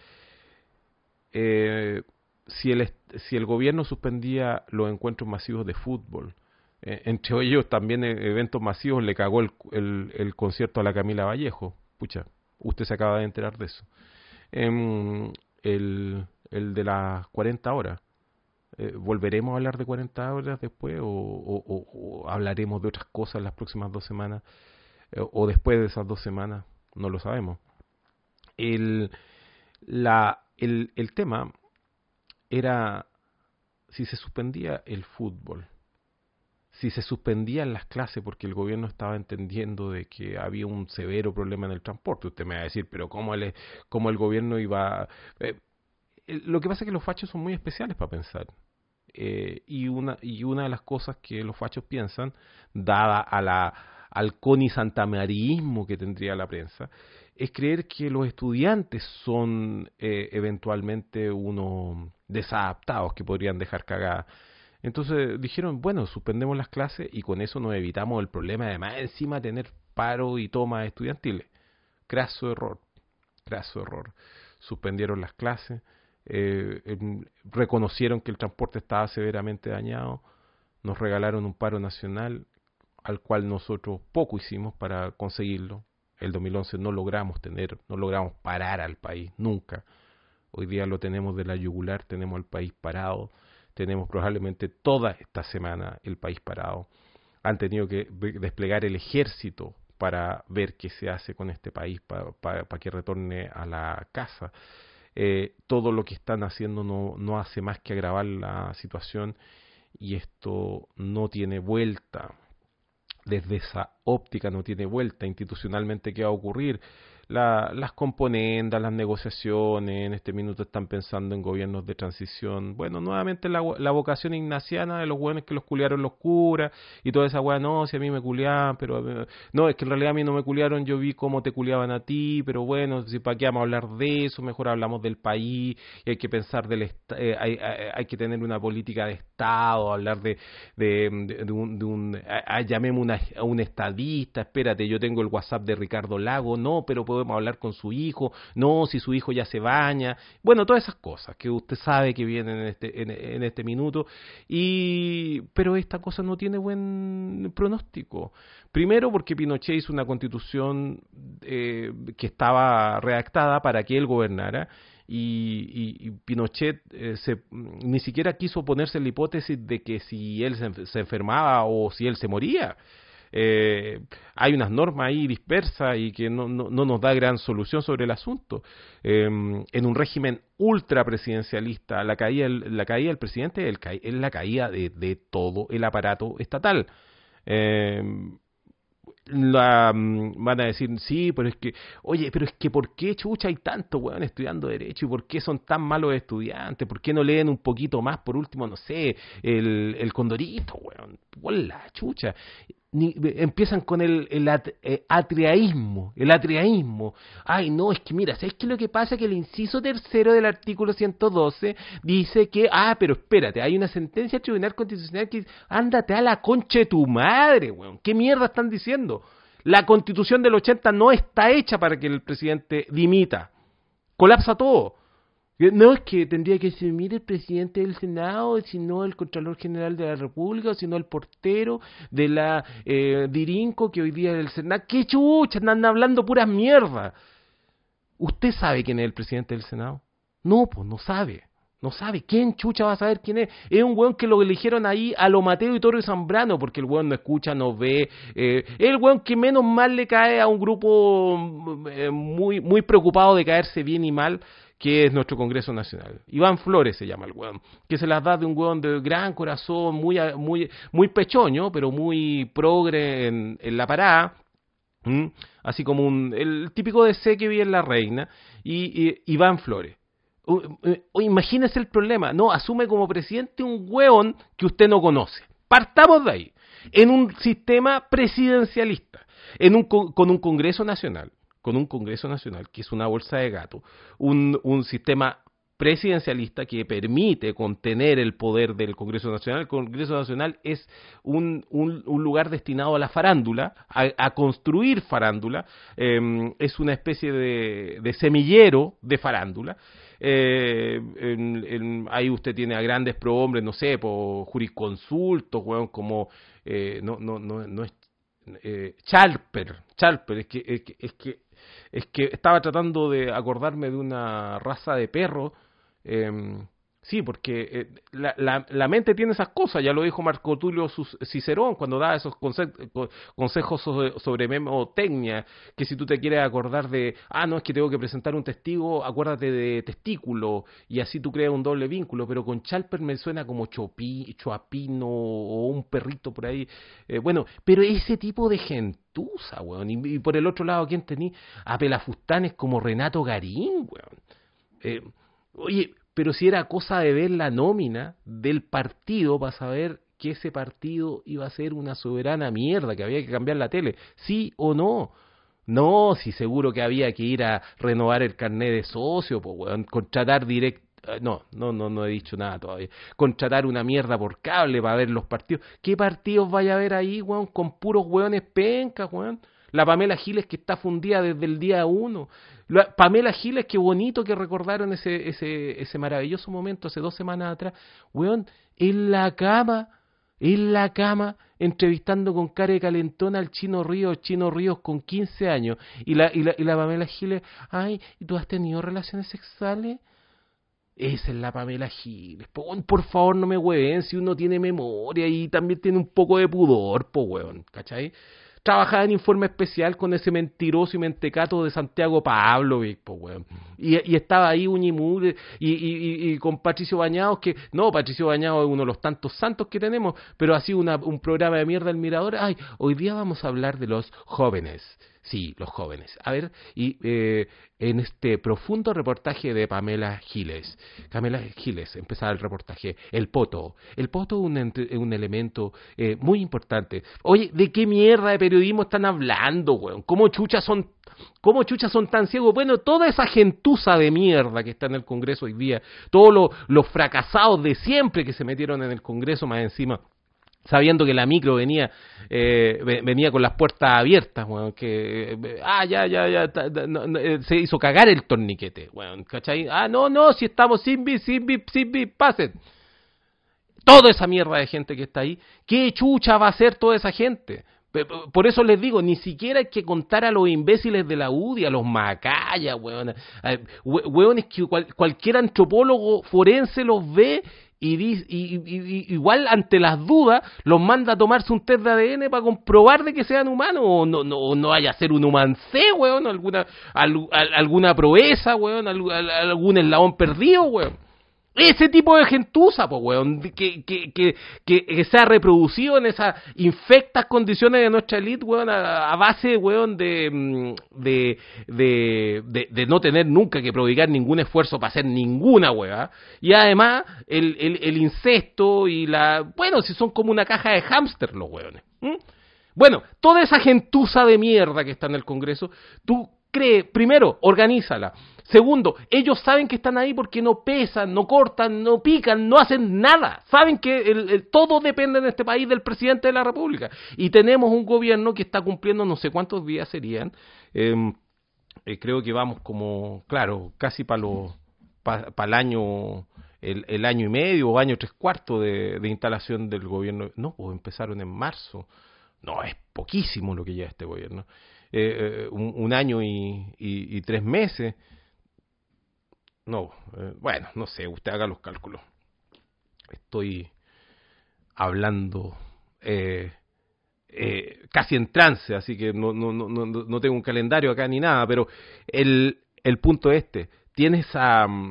Eh, si el si el gobierno suspendía los encuentros masivos de fútbol, eh, entre ellos también eventos masivos, le cagó el, el, el concierto a la Camila Vallejo. Pucha, usted se acaba de enterar de eso. Eh, el, el de las cuarenta horas. Eh, ¿Volveremos a hablar de cuarenta horas después o, o, o, o hablaremos de otras cosas en las próximas dos semanas eh, o después de esas dos semanas? No lo sabemos. El, la, el, el tema era si se suspendía el fútbol, si se suspendían las clases porque el gobierno estaba entendiendo de que había un severo problema en el transporte. Usted me va a decir, pero ¿cómo el, cómo el gobierno iba...? Eh, lo que pasa es que los fachos son muy especiales para pensar. Eh, y, una, y una de las cosas que los fachos piensan, dada a la, al conisantamerismo que tendría la prensa, es creer que los estudiantes son eh, eventualmente unos desadaptados que podrían dejar cagada. Entonces dijeron, bueno, suspendemos las clases y con eso nos evitamos el problema de más encima tener paro y toma estudiantiles. Craso error, craso error. Suspendieron las clases, eh, eh, reconocieron que el transporte estaba severamente dañado, nos regalaron un paro nacional al cual nosotros poco hicimos para conseguirlo. El dos mil once no logramos tener, no logramos parar al país, nunca. Hoy día lo tenemos de la yugular, tenemos el país parado, tenemos probablemente toda esta semana el país parado. Han tenido que desplegar el ejército para ver qué se hace con este país, para, para, para que retorne a la casa. Eh, todo lo que están haciendo no, no hace más que agravar la situación y esto no tiene vuelta. Desde esa óptica, no tiene vuelta institucionalmente qué va a ocurrir. La, las componendas, las negociaciones, en este minuto están pensando en gobiernos de transición. Bueno, nuevamente la, la vocación ignaciana de los hueones que los culiaron los curas y toda esa hueá, no, si a mí me culiaban, pero no, es que en realidad a mí no me culiaron, yo vi cómo te culiaban a ti, pero bueno, si para qué vamos a hablar de eso, mejor hablamos del país, y hay que pensar del est eh, hay, hay, hay que tener una política de Estado, hablar de, de, de, de un, de un a, a, llamemos una, a un estadista, espérate, yo tengo el WhatsApp de Ricardo Lago, no, pero podemos hablar con su hijo, no, si su hijo ya se baña, bueno, todas esas cosas que usted sabe que vienen en este, en, en este minuto, y pero esta cosa no tiene buen pronóstico. Primero porque Pinochet hizo una constitución eh, que estaba redactada para que él gobernara, y, y, y Pinochet eh, se, ni siquiera quiso ponerse en la hipótesis de que si él se, se enfermaba o si él se moría. Eh, hay unas normas ahí dispersas y que no, no, no nos da gran solución sobre el asunto. Eh, en un régimen ultra presidencialista, la caída, la caída del presidente es, el, es la caída de, de todo el aparato estatal. Eh, la, van a decir, sí, pero es que, oye, pero es que ¿por qué chucha hay tanto weón estudiando Derecho? ¿Y por qué son tan malos estudiantes? ¿Por qué no leen un poquito más, por último, no sé, el, el Condorito, weón? ¡Hola, chucha! Ni, empiezan con el, el at, eh, atriaísmo, el atriaísmo. Ay, no, es que mira, ¿sabes qué es lo que pasa? Que el inciso tercero del artículo ciento doce dice que, ah, pero espérate, hay una sentencia del Tribunal Constitucional que ándate a la concha de tu madre, weón. ¿Qué mierda están diciendo? La Constitución del ochenta no está hecha para que el presidente dimita. Colapsa todo. No, es que tendría que ser, mire, el presidente del Senado, sino el Contralor General de la República, sino el portero de la eh, Dirinco, que hoy día es el Senado. ¡Qué chucha! Andan hablando puras mierdas. ¿Usted sabe quién es el presidente del Senado? No, pues no sabe. No sabe. ¿Quién chucha va a saber quién es? Es un weón que lo eligieron ahí a lo Mateo y Toro y Zambrano, porque el weón no escucha, no ve. Eh, es el weón que menos mal le cae a un grupo eh, muy, muy preocupado de caerse bien y mal, que es nuestro Congreso Nacional. Iván Flores se llama el weón, que se las da de un weón de gran corazón, muy muy muy pechoño, pero muy progre en, en la parada, ¿Mm? así como un el típico D C que vive en La Reina, y, y Iván Flores. O, o, imagínese el problema, no, asume como presidente un weón que usted no conoce. Partamos de ahí, en un sistema presidencialista, en un, con un Congreso Nacional, con un Congreso Nacional que es una bolsa de gato, un, un sistema presidencialista que permite contener el poder del Congreso Nacional. El Congreso Nacional es un, un, un lugar destinado a la farándula, a, a construir farándula, eh, es una especie de, de semillero de farándula. Eh, en, en, ahí usted tiene a grandes prohombres, no sé, por jurisconsultos, weón, como eh, no, no, no, no es eh, Charper, Charper, es que, es que, es que es que estaba tratando de acordarme de una raza de perro, eh, sí, porque eh, la, la, la mente tiene esas cosas, ya lo dijo Marco Tulio Cicerón cuando da esos conse consejos sobre, sobre memotecnia, que si tú te quieres acordar de, ah, no, es que tengo que presentar un testigo, acuérdate de testículo, y así tú creas un doble vínculo, pero con Chalper me suena como chopi, choapino o un perrito por ahí, eh, bueno, pero ese tipo de gentuza, weón, y, y por el otro lado, ¿quién tenía? A pelafustanes como Renato Garín, weón, eh, oye, pero si era cosa de ver la nómina del partido para saber que ese partido iba a ser una soberana mierda, que había que cambiar la tele, ¿sí o no? No, si seguro que había que ir a renovar el carnet de socio, pues, weón, contratar directo. No, no, no, no he dicho nada todavía. Contratar una mierda por cable para ver los partidos. ¿Qué partidos vaya a haber ahí, weón? Con puros weones pencas, weón. La Pamela Giles que está fundida desde el día uno. La Pamela Giles, qué bonito que recordaron ese, ese, ese maravilloso momento hace dos semanas atrás. Weón, en la cama, en la cama, entrevistando con cara de calentona al Chino Ríos, Chino Ríos con quince años. Y la, y la, y la Pamela Giles, ay, ¿y tú has tenido relaciones sexuales? Esa es la Pamela Giles. Por, por favor, no me hueven si uno tiene memoria y también tiene un poco de pudor, po, weón, ¿cachai? trabajaba en Informe Especial con ese mentiroso y mentecato de Santiago Pavlovich, po, weón. Y, y estaba ahí Uñimur y, y, y, y con Patricio Bañados, que, no, Patricio Bañados es uno de los tantos santos que tenemos, pero ha sido una, un programa de mierda el Mirador. Ay, hoy día vamos a hablar de los jóvenes. Sí, los jóvenes. A ver, y eh, en este profundo reportaje de Pamela Giles, Pamela Giles, empezaba el reportaje, el poto. El poto es un, un elemento eh, muy importante. Oye, ¿de qué mierda de periodismo están hablando, weón? ¿Cómo chuchas son, cómo chuchas son tan ciegos? Bueno, toda esa gentuza de mierda que está en el Congreso hoy día, todos los, los fracasados de siempre que se metieron en el Congreso más encima, sabiendo que la micro venía eh, venía con las puertas abiertas, bueno, que eh, ah ya ya ya ta, ta, no, no, eh, se hizo cagar el torniquete, bueno, ¿cachai? Ah, no, no, si estamos sin bip, sin bip, sin bip, pasen. Toda esa mierda de gente que está ahí, ¿qué chucha va a hacer toda esa gente? Por eso les digo, ni siquiera hay que contar a los imbéciles de la U D I, a los macayas, weón, weones que cual, cualquier antropólogo forense los ve y, y, y, y igual ante las dudas los manda a tomarse un test de A D N para comprobar de que sean humanos, o no, no, no vaya a ser un humancé, weón, alguna, al, alguna proeza, weón, algún eslabón perdido, weón. Ese tipo de gentuza, pues, weón, que, que, que, que, que se ha reproducido en esas infectas condiciones de nuestra élite, weón, a, a base, weón, de de, de, de, de no tener nunca que prodigar ningún esfuerzo para hacer ninguna weá. Y además, el, el, el incesto y la... Bueno, si son como una caja de hámster los weones. ¿Mm? Bueno, toda esa gentuza de mierda que está en el Congreso, tú crees, primero, organízala. Segundo, ellos saben que están ahí porque no pesan, no cortan, no pican, no hacen nada. Saben que el, el, todo depende en este país del presidente de la República. Y tenemos un gobierno que está cumpliendo no sé cuántos días serían. Eh, eh, creo que vamos como, claro, casi para pa, pa el año, el, el año y medio o año tres cuartos de, de instalación del gobierno. No, pues empezaron en marzo. No, es poquísimo lo que lleva este gobierno. Eh, eh, un, un año y, y, y tres meses. No, eh, bueno, no sé, usted haga los cálculos. Estoy hablando eh, eh, casi en trance, así que no, no, no, no, no tengo un calendario acá ni nada, pero el, el punto es este. Tienes a, a,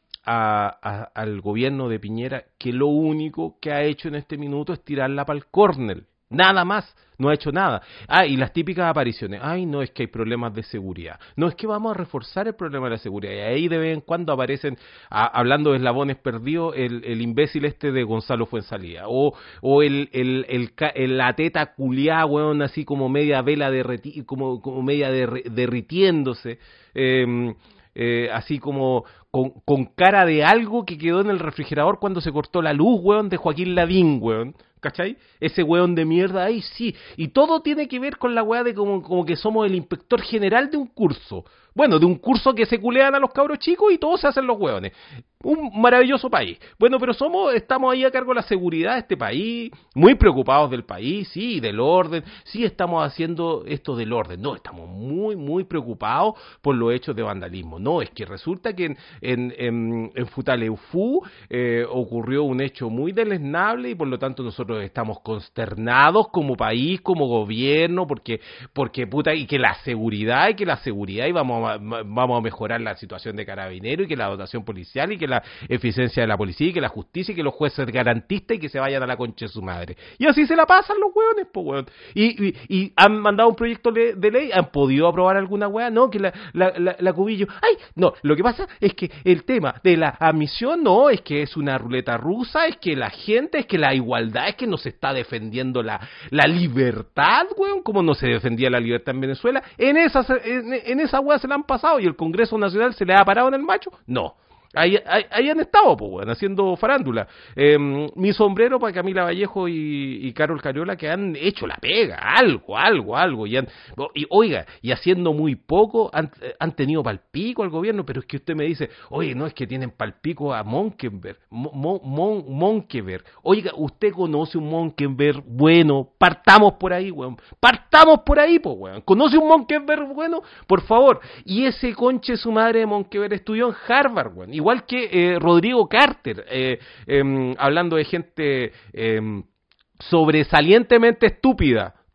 a, al gobierno de Piñera que lo único que ha hecho en este minuto es tirarla para el córner. Nada más, no ha hecho nada. Ah, y las típicas apariciones. Ay, no, es que hay problemas de seguridad. No, es que vamos a reforzar el problema de la seguridad. Y ahí de vez en cuando aparecen, a, hablando de eslabones perdidos, el, el imbécil este de Gonzalo Fuenzalía. O, o el, el, el, el, la teta culiá, weón, así como media vela derreti, como, como media der, derritiéndose. Eh, eh, así como con, con cara de algo que quedó en el refrigerador cuando se cortó la luz, weón, de Joaquín Lavín, weón. ¿Cachai? Ese weón de mierda ahí, sí. Y todo tiene que ver con la weá de como, como que somos el inspector general de un curso. Bueno, de un curso que se culean a los cabros chicos y todos se hacen los weones. Un maravilloso país. Bueno, pero somos, estamos ahí a cargo de la seguridad de este país, muy preocupados del país, sí, del orden. Sí, estamos haciendo esto del orden. No, estamos muy, muy preocupados por los hechos de vandalismo. No, es que resulta que en, en, en, en Futaleufú eh, ocurrió un hecho muy deleznable y por lo tanto nosotros estamos consternados como país, como gobierno, porque, porque puta, y que la seguridad, y que la seguridad, y vamos a, vamos a mejorar la situación de Carabineros, y que la dotación policial, y que la eficiencia de la policía, y que la justicia, y que los jueces garantistas, y que se vayan a la concha de su madre. Y así se la pasan los hueones, pues hueón. Y, y, y han mandado un proyecto de ley, han podido aprobar alguna hueá, no, que la, la, la, la Cubillo, ay, no, lo que pasa es que el tema de la admisión, no, es que es una ruleta rusa, es que la gente, es que la igualdad, es que no se está defendiendo la, la libertad, weón, como no se defendía la libertad en Venezuela. En esa, en, en esa weá se la han pasado y el Congreso Nacional se le ha parado en el macho. No. Ahí, ahí, ahí han estado, pues, bueno, haciendo farándula. Eh, mi sombrero para Camila Vallejo y, y Carol Cariola, que han hecho la pega, algo, algo, algo. Y, han, y oiga, y haciendo muy poco, han, han tenido palpico al gobierno, pero es que usted me dice, oye, no, es que tienen palpico a Monkenberg, Mon, Mon, Monkenberg. Oiga, usted conoce un Monkenberg bueno, partamos por ahí, weón. Partamos por ahí, pues, weón. ¿Conoce un Monkenberg bueno? Por favor. Y ese conche su madre de Monkenberg estudió en Harvard, weón. Igual que eh, Rodrigo Carter, eh, eh, hablando de gente eh, sobresalientemente estúpida,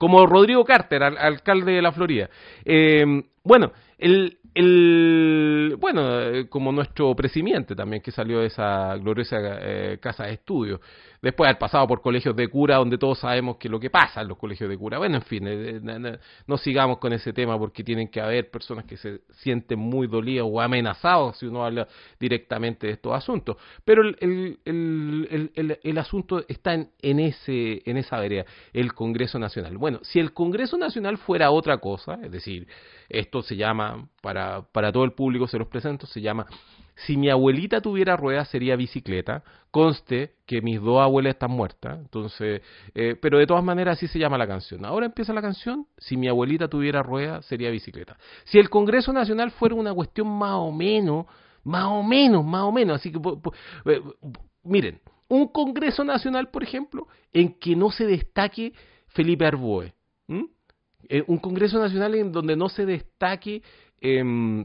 como Rodrigo Carter, al, alcalde de la Florida. Eh, bueno, el, el bueno, eh, como nuestro presidente también, que salió de esa gloriosa eh, casa de estudios, después de haber pasado por colegios de cura, donde todos sabemos que lo que pasa en los colegios de cura. Bueno, en fin, eh, no, no, no sigamos con ese tema, porque tienen que haber personas que se sienten muy dolidas o amenazados si uno habla directamente de estos asuntos. Pero el, el, el, el, el, el asunto está en, en, ese, en esa vereda, el Congreso Nacional. Bueno, si el Congreso Nacional fuera otra cosa, es decir, esto se llama, para, para todo el público se los presento, se llama Si mi abuelita tuviera ruedas sería bicicleta. Conste que mis dos abuelas están muertas, entonces, eh, pero de todas maneras así se llama la canción. Ahora empieza la canción, Si mi abuelita tuviera ruedas sería bicicleta. Si el Congreso Nacional fuera una cuestión más o menos, más o menos, más o menos, así que, eh, miren, un Congreso Nacional, por ejemplo, en que no se destaque Felipe Arboe, ¿m? Eh, un Congreso Nacional en donde no se destaque eh,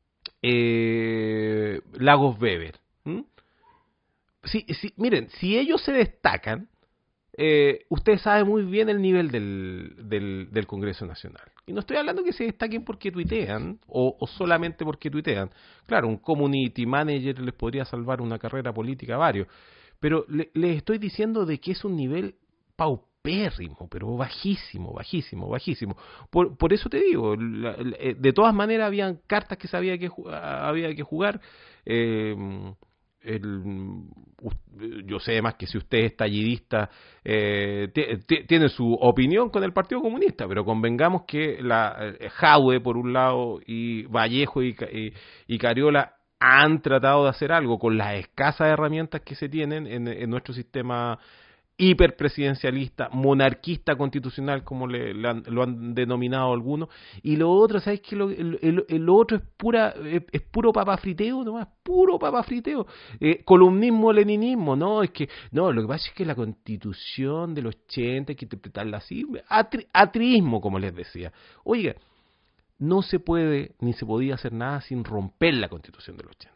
eh, Lagos Weber. ¿Mm? Si, si, miren, si ellos se destacan, eh, usted sabe muy bien el nivel del, del, del Congreso Nacional. Y no estoy hablando que se destaquen porque tuitean o, o solamente porque tuitean. Claro, un community manager les podría salvar una carrera política a varios. Pero le, les estoy diciendo de que es un nivel paupérrimo, pero bajísimo, bajísimo, bajísimo. Por, por eso te digo, la, la, de todas maneras habían cartas que sabía que había que jugar. Eh, el, yo sé además que si usted es tallidista, eh, tiene su opinión con el Partido Comunista, pero convengamos que la eh, Jadwe por un lado y Vallejo y, y, y Cariola han tratado de hacer algo con las escasas herramientas que se tienen en, en nuestro sistema hiperpresidencialista, monarquista constitucional, como le, le han, lo han denominado algunos. Y lo otro, ¿sabes qué? Lo, el, el, el otro es pura es, es puro papafriteo nomás, puro papafriteo. Eh, columnismo, leninismo, no, es que, no, lo que pasa es que la Constitución del ochenta hay que interpretarla así, atri, atrismo, como les decía. Oiga, no se puede ni se podía hacer nada sin romper la Constitución del ochenta.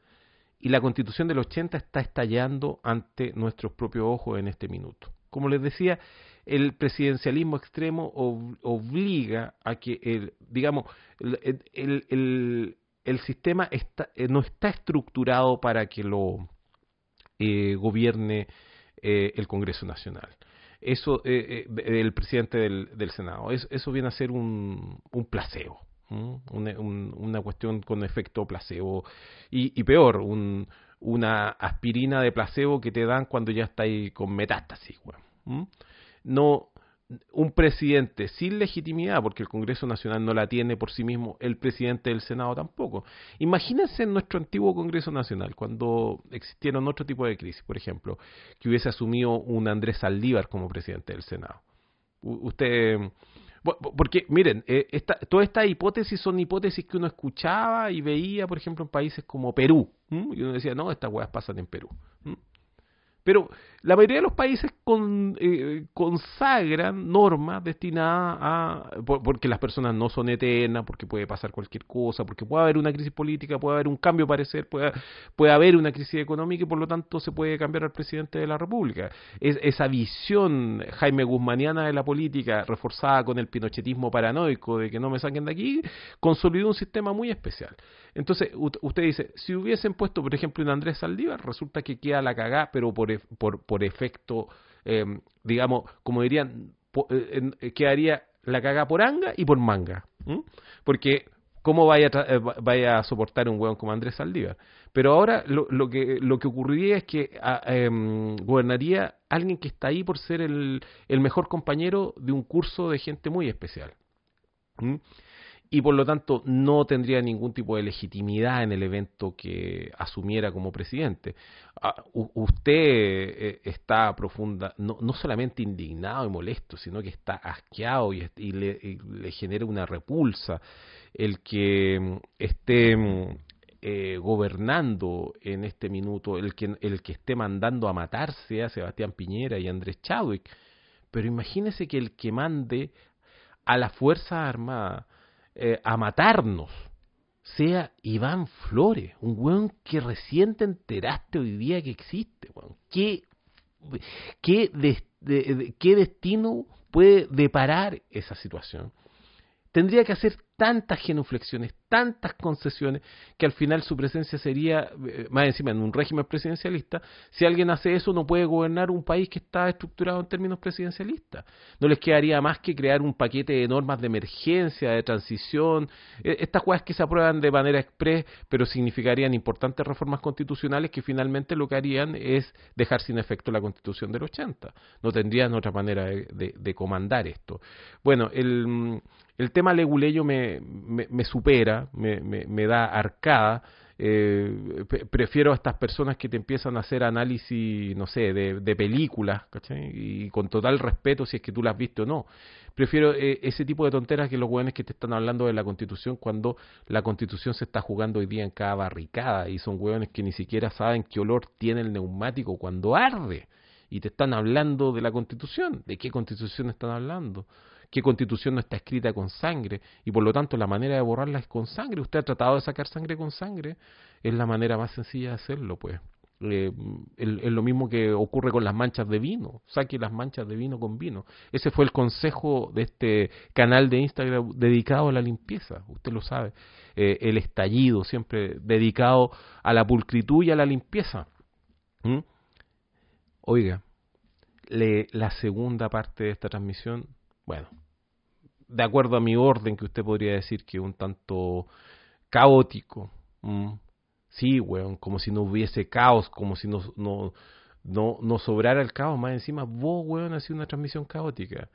Y la Constitución del ochenta está estallando ante nuestros propios ojos en este minuto. Como les decía, el presidencialismo extremo ob- obliga a que, el, digamos, el, el, el, el sistema está, eh, no está estructurado para que lo eh, gobierne eh, el Congreso Nacional. Eso, eh, eh, el presidente del, del Senado, eso, eso viene a ser un, un placebo. ¿Mm? Una, un, una cuestión con efecto placebo y, y peor, un, una aspirina de placebo que te dan cuando ya estáis con metástasis. Bueno. ¿Mm? No, un presidente sin legitimidad, porque el Congreso Nacional no la tiene por sí mismo, el presidente del Senado tampoco. Imagínense en nuestro antiguo Congreso Nacional, cuando existieron otro tipo de crisis, por ejemplo, que hubiese asumido un Andrés Saldívar como presidente del Senado. U- usted... Porque, miren, eh, esta, todas estas hipótesis son hipótesis que uno escuchaba y veía, por ejemplo, en países como Perú. ¿m? Y uno decía, no, estas huevas pasan en Perú. ¿m? Pero la mayoría de los países con, eh, consagran normas destinadas a... Por, porque las personas no son eternas, porque puede pasar cualquier cosa, porque puede haber una crisis política, puede haber un cambio de parecer, puede, puede haber una crisis económica y por lo tanto se puede cambiar al presidente de la República. Es, esa visión Jaime Guzmaniana de la política, reforzada con el pinochetismo paranoico de que no me saquen de aquí, consolidó un sistema muy especial. Entonces, usted dice, si hubiesen puesto, por ejemplo, un Andrés Saldívar, resulta que queda la cagá, pero por, por, por efecto, eh, digamos, como dirían, po, eh, quedaría la cagá por anga y por manga. ¿m? Porque, ¿cómo vaya a, eh, vaya a soportar un hueón como Andrés Saldívar? Pero ahora lo, lo, que, lo que ocurriría es que a, eh, gobernaría alguien que está ahí por ser el, el mejor compañero de un curso de gente muy especial. ¿m? Y por lo tanto no tendría ningún tipo de legitimidad en el evento que asumiera como presidente. Uh, usted eh, está profunda, no, no solamente indignado y molesto, sino que está asqueado y, y, le, y le genera una repulsa el que esté eh, gobernando en este minuto, el que, el que esté mandando a matarse a Sebastián Piñera y a Andrés Chadwick. Pero imagínese que el que mande a las Fuerzas Armadas Eh, a matarnos sea Iván Flores, un weón que recién te enteraste hoy día que existe, weón. ¿Qué, qué, des, de, de qué destino puede deparar esa situación. Tendría que hacer tantas genuflexiones, tantas concesiones, que al final su presencia sería, eh, más encima en un régimen presidencialista. Si alguien hace eso, no puede gobernar un país que está estructurado en términos presidencialistas. No les quedaría más que crear un paquete de normas de emergencia, de transición, eh, estas cosas que se aprueban de manera express, pero significarían importantes reformas constitucionales que finalmente lo que harían es dejar sin efecto la Constitución del ochenta. No tendrían otra manera de, de, de comandar esto. Bueno, el... El tema leguleyo me, me, me supera, me, me, me da arcada. Eh, pre- prefiero a estas personas que te empiezan a hacer análisis, no sé, de, de películas, ¿cachai? Y con total respeto si es que tú las has visto o no. Prefiero eh, ese tipo de tonteras que los güeyes que te están hablando de la Constitución cuando la Constitución se está jugando hoy día en cada barricada y son güeyes que ni siquiera saben qué olor tiene el neumático cuando arde. Y te están hablando de la Constitución. ¿De qué Constitución están hablando? ¿Qué Constitución no está escrita con sangre? Y por lo tanto la manera de borrarla es con sangre. Usted ha tratado de sacar sangre con sangre. Es la manera más sencilla de hacerlo, pues. Eh, es, es lo mismo que ocurre con las manchas de vino. Saque las manchas de vino con vino. Ese fue el consejo de este canal de Instagram dedicado a la limpieza. Usted lo sabe. Eh, el estallido, siempre dedicado a la pulcritud y a la limpieza. ¿Mm? Oiga, le, la segunda parte de esta transmisión, bueno, de acuerdo a mi orden, que usted podría decir que un tanto caótico. ¿Mm? Sí, weón, como si no hubiese caos, como si no, no, no, no sobrara el caos. Más encima, vos, weón, has sido una transmisión caótica.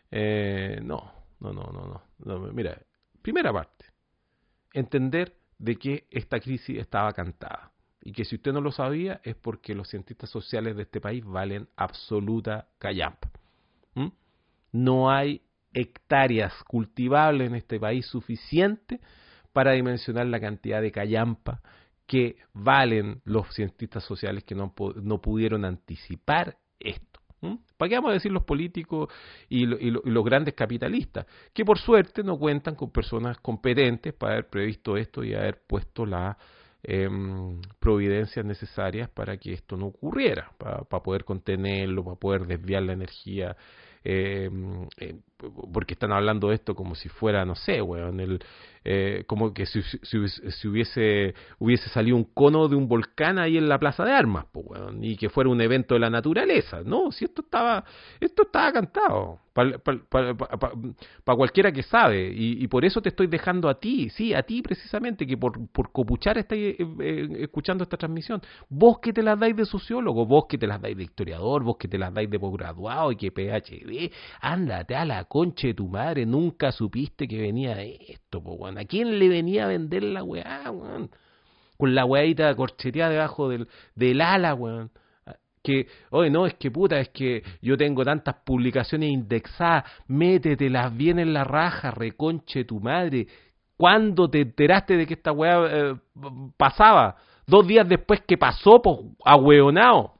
Eh, no, no, no, no, no, no. Mira, primera parte, entender de que esta crisis estaba cantada. Y que si usted no lo sabía es porque los cientistas sociales de este país valen absoluta callampa. ¿Mm? No hay hectáreas cultivables en este país suficiente para dimensionar la cantidad de callampa que valen los cientistas sociales que no, no pudieron anticipar esto. ¿Mm? ¿Para qué vamos a decir los políticos y, lo, y, lo, y los grandes capitalistas? Que por suerte no cuentan con personas competentes para haber previsto esto y haber puesto la Eh, providencias necesarias para que esto no ocurriera, para, para poder contenerlo, para poder desviar la energía, eh, eh, porque están hablando de esto como si fuera, no sé, weón, el, eh, como que si, si, si hubiese hubiese salido un cono de un volcán ahí en la plaza de armas, pues, weón, y que fuera un evento de la naturaleza. No, si esto estaba esto estaba cantado para pa, pa, pa, pa, pa cualquiera que sabe, y, y por eso te estoy dejando a ti, sí, a ti precisamente, que por, por copuchar estáis eh, eh, escuchando esta transmisión, vos que te las dais de sociólogo, vos que te las dais de historiador, vos que te las dais de posgraduado y que P H D, ándate a la concha de tu madre, nunca supiste que venía de esto, po, weón. ¿A quién le venía a vender la weá, weón? Con la weadita corcheteada debajo del, del ala, weón. Que, oye, no, es que puta, es que yo tengo tantas publicaciones indexadas, métetelas bien en la raja, reconche tu madre. ¿Cuándo te enteraste de que esta weá eh, pasaba? Dos días después que pasó, pues, ahueonao.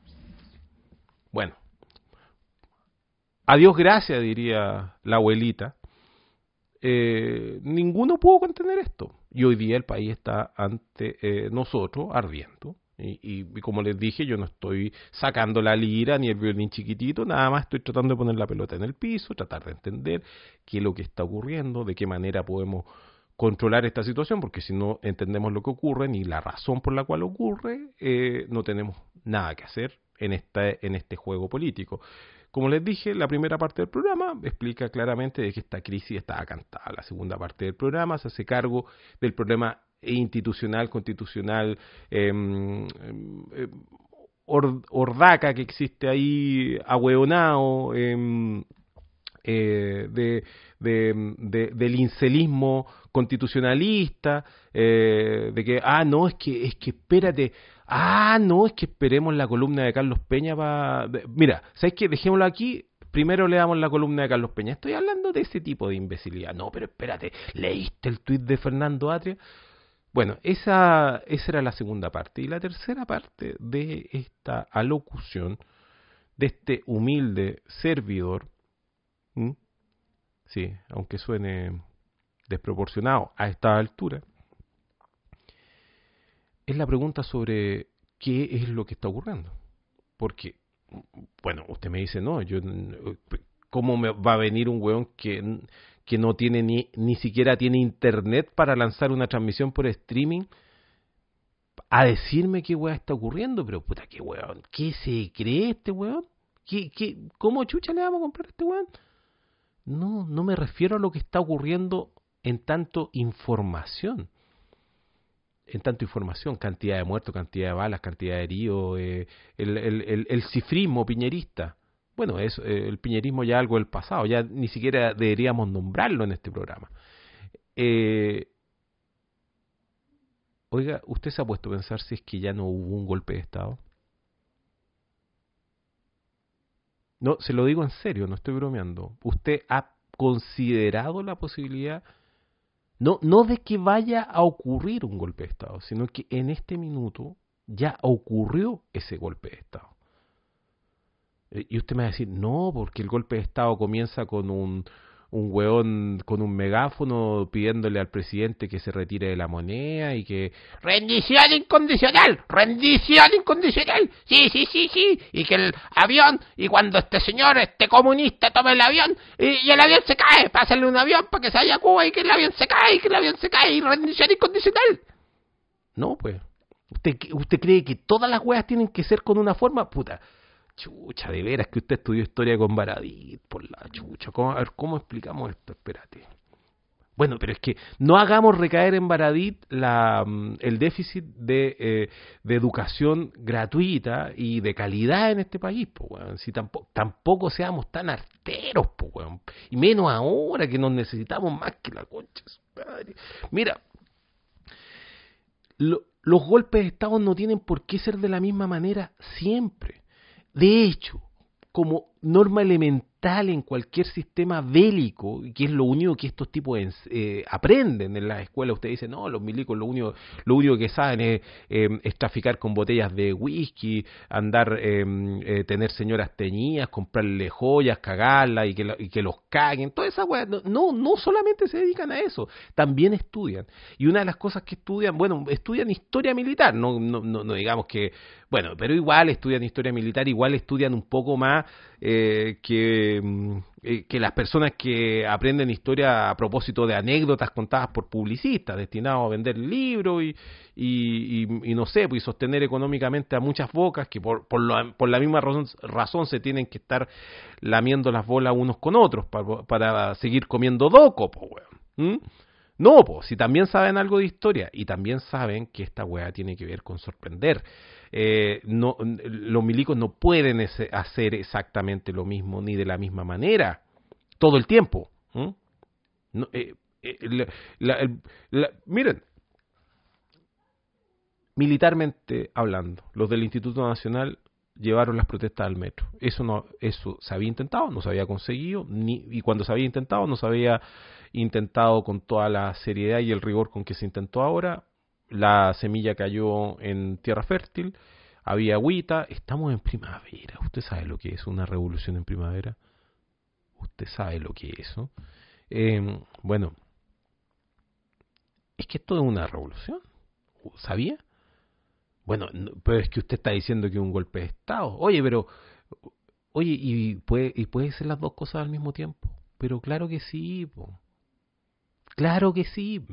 Bueno, a Dios gracias, diría la abuelita. Eh, ninguno pudo contener esto. Y hoy día el país está ante eh, nosotros ardiendo. Y, y, y como les dije, yo no estoy sacando la lira ni el violín chiquitito, nada más estoy tratando de poner la pelota en el piso, tratar de entender qué es lo que está ocurriendo, de qué manera podemos controlar esta situación, porque si no entendemos lo que ocurre ni la razón por la cual ocurre, eh, no tenemos nada que hacer en, esta, en este juego político. Como les dije, la primera parte del programa explica claramente de que esta crisis está cantada. La segunda parte del programa se hace cargo del problema institucional, constitucional, eh, eh, or, ordaca que existe ahí, ahueonado, eh, eh, de, de, de, del incelismo constitucionalista, eh, de que, ah, no, es que, es que espérate, ah, no, es que esperemos la columna de Carlos Peña para... Mira, ¿sabes qué? Dejémoslo aquí. Primero le damos la columna de Carlos Peña. Estoy hablando de ese tipo de imbecilidad. No, pero espérate, ¿leíste el tuit de Fernando Atria? Bueno, esa, esa era la segunda parte. Y la tercera parte de esta alocución, de este humilde servidor, ¿Mm? sí, aunque suene desproporcionado a esta altura, es la pregunta sobre qué es lo que está ocurriendo. Porque bueno, usted me dice, no, yo, ¿cómo me va a venir un weón que, que no tiene ni, ni siquiera tiene internet para lanzar una transmisión por streaming a decirme qué weón está ocurriendo? Pero puta, qué weón, ¿qué se cree este weón? ¿Qué, qué, ¿Cómo chucha le vamos a comprar a este weón? No, no me refiero a lo que está ocurriendo en tanto información. En tanto información, cantidad de muertos, cantidad de balas, cantidad de heridos, eh, el, el, el, el cifrismo piñerista. Bueno, es, eh, el piñerismo ya algo del pasado, ya ni siquiera deberíamos nombrarlo en este programa. Eh, oiga, ¿usted se ha puesto a pensar si es que ya no hubo un golpe de Estado? No, se lo digo en serio, no estoy bromeando. ¿Usted ha considerado la posibilidad, no, no de que vaya a ocurrir un golpe de Estado, sino que en este minuto ya ocurrió ese golpe de Estado? Y usted me va a decir, no, porque el golpe de Estado comienza con un, un hueón con un megáfono pidiéndole al presidente que se retire de la moneda y que rendición incondicional, rendición incondicional, sí, sí, sí, sí, y que el avión, y cuando este señor, este comunista tome el avión y, y el avión se cae, pásale un avión para que se vaya a Cuba y que el avión se cae, y que el avión se cae, y rendición incondicional. No, pues, ¿usted, usted cree que todas las hueas tienen que ser con una forma? Puta, chucha, de veras que usted estudió historia con Baradit, por la chucha. ¿Cómo, a ver, ¿cómo explicamos esto? Espérate. Bueno, pero es que no hagamos recaer en Baradit la, el déficit de, eh, de educación gratuita y de calidad en este país, pues, weón. Si tampoco, tampoco seamos tan arteros, pues, weón. Y menos ahora que nos necesitamos más que la concha. Mira, lo, los golpes de Estado no tienen por qué ser de la misma manera siempre. De hecho, como norma elemental en cualquier sistema bélico, que es lo único que estos tipos eh, aprenden en las escuelas, usted dice, no, los milicos lo único, lo único que saben es, eh, es traficar con botellas de whisky, andar, eh, eh, tener señoras teñidas, comprarle joyas, cagarlas y que, y que los caguen, toda esa weá. No, no, no solamente se dedican a eso, también estudian. Y una de las cosas que estudian, bueno, estudian historia militar, no, no, no, no digamos que, bueno, pero igual estudian historia militar, igual estudian un poco más eh, que, eh, que las personas que aprenden historia a propósito de anécdotas contadas por publicistas destinados a vender libros y, y, y, y no sé, pues sostener económicamente a muchas bocas que por, por, lo, por la misma razón, razón se tienen que estar lamiendo las bolas unos con otros para, para seguir comiendo doco, pues, weón. ¿Mm? No, pues, si también saben algo de historia y también saben que esta weá tiene que ver con sorprender. Eh, no, los milicos no pueden ese, hacer exactamente lo mismo ni de la misma manera todo el tiempo. ¿Mm? No, eh, eh, la, la, el, la, miren, militarmente hablando, los del Instituto Nacional llevaron las protestas al metro. Eso no, eso se había intentado, no se había conseguido, ni, y cuando se había intentado, no se había intentado con toda la seriedad y el rigor con que se intentó ahora. La semilla cayó en tierra fértil, había agüita, estamos en primavera. ¿Usted sabe lo que es una revolución en primavera? ¿Usted sabe lo que es eso? Eh, bueno, es que esto es una revolución, ¿sabía? Bueno, no, pero es que usted está diciendo que es un golpe de Estado. Oye, pero, oye, y puede, y puede ser las dos cosas al mismo tiempo. Pero claro que sí, po. Claro que sí.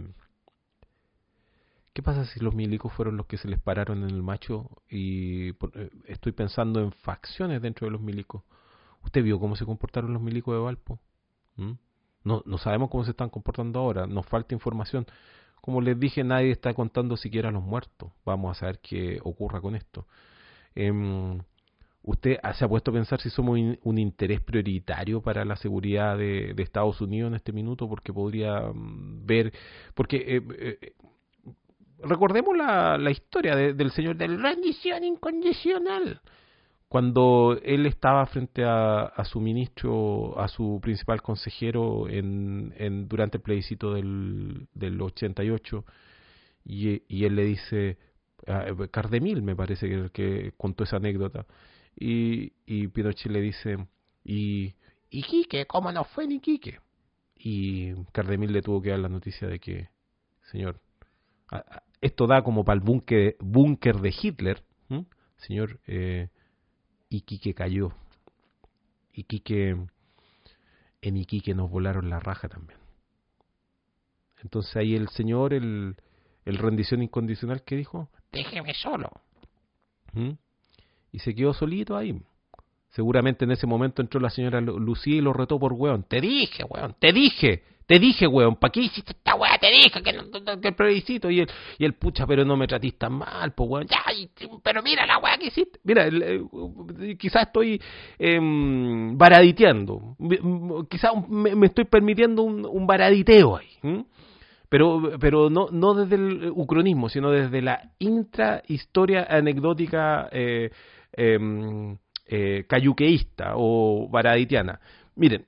¿Qué pasa si los milicos fueron los que se les pararon en el macho? Y eh, estoy pensando en facciones dentro de los milicos. ¿Usted vio cómo se comportaron los milicos de Valpo? ¿Mm? No, no sabemos cómo se están comportando ahora. Nos falta información. Como les dije, nadie está contando siquiera a los muertos. Vamos a saber qué ocurra con esto. Eh, ¿Usted se ha puesto a pensar si somos in, un interés prioritario para la seguridad de, de Estados Unidos en este minuto? Porque podría um, ver... Porque... Eh, eh, recordemos la, la historia de, del señor de la rendición incondicional. Cuando él estaba frente a, a su ministro, a su principal consejero en, en durante el plebiscito del, del ochenta y ocho, y, y él le dice, uh, Cardemil me parece que, que contó esa anécdota, y, y Pinochet le dice, y, y Quique, ¿cómo no fue ni Quique? Y Cardemil le tuvo que dar la noticia de que, señor, a, a, esto da como para el búnker, búnker de Hitler, ¿m? Señor, eh, Iquique cayó. Iquique, en Iquique nos volaron la raja también. Entonces ahí el señor, el, el rendición incondicional, que dijo, déjeme solo. ¿Mm? Y se quedó solito ahí. Seguramente en ese momento entró la señora Lucía y lo retó por weón. Te dije, weón, te dije, te dije, weón, ¿para qué hiciste esta weá? Te dije que, no, que el plebiscito. Y el, y el pucha, pero no me tratís tan mal, pues weón. Ya, y, pero mira la weá que hiciste. Mira, el, eh, quizás estoy eh, varaditeando. Quizás me, me estoy permitiendo un, un varaditeo ahí. ¿Mm? Pero, pero no, no desde el ucronismo, sino desde la intrahistoria anecdótica eh, eh, eh, cayuqueísta o varaditiana. Miren,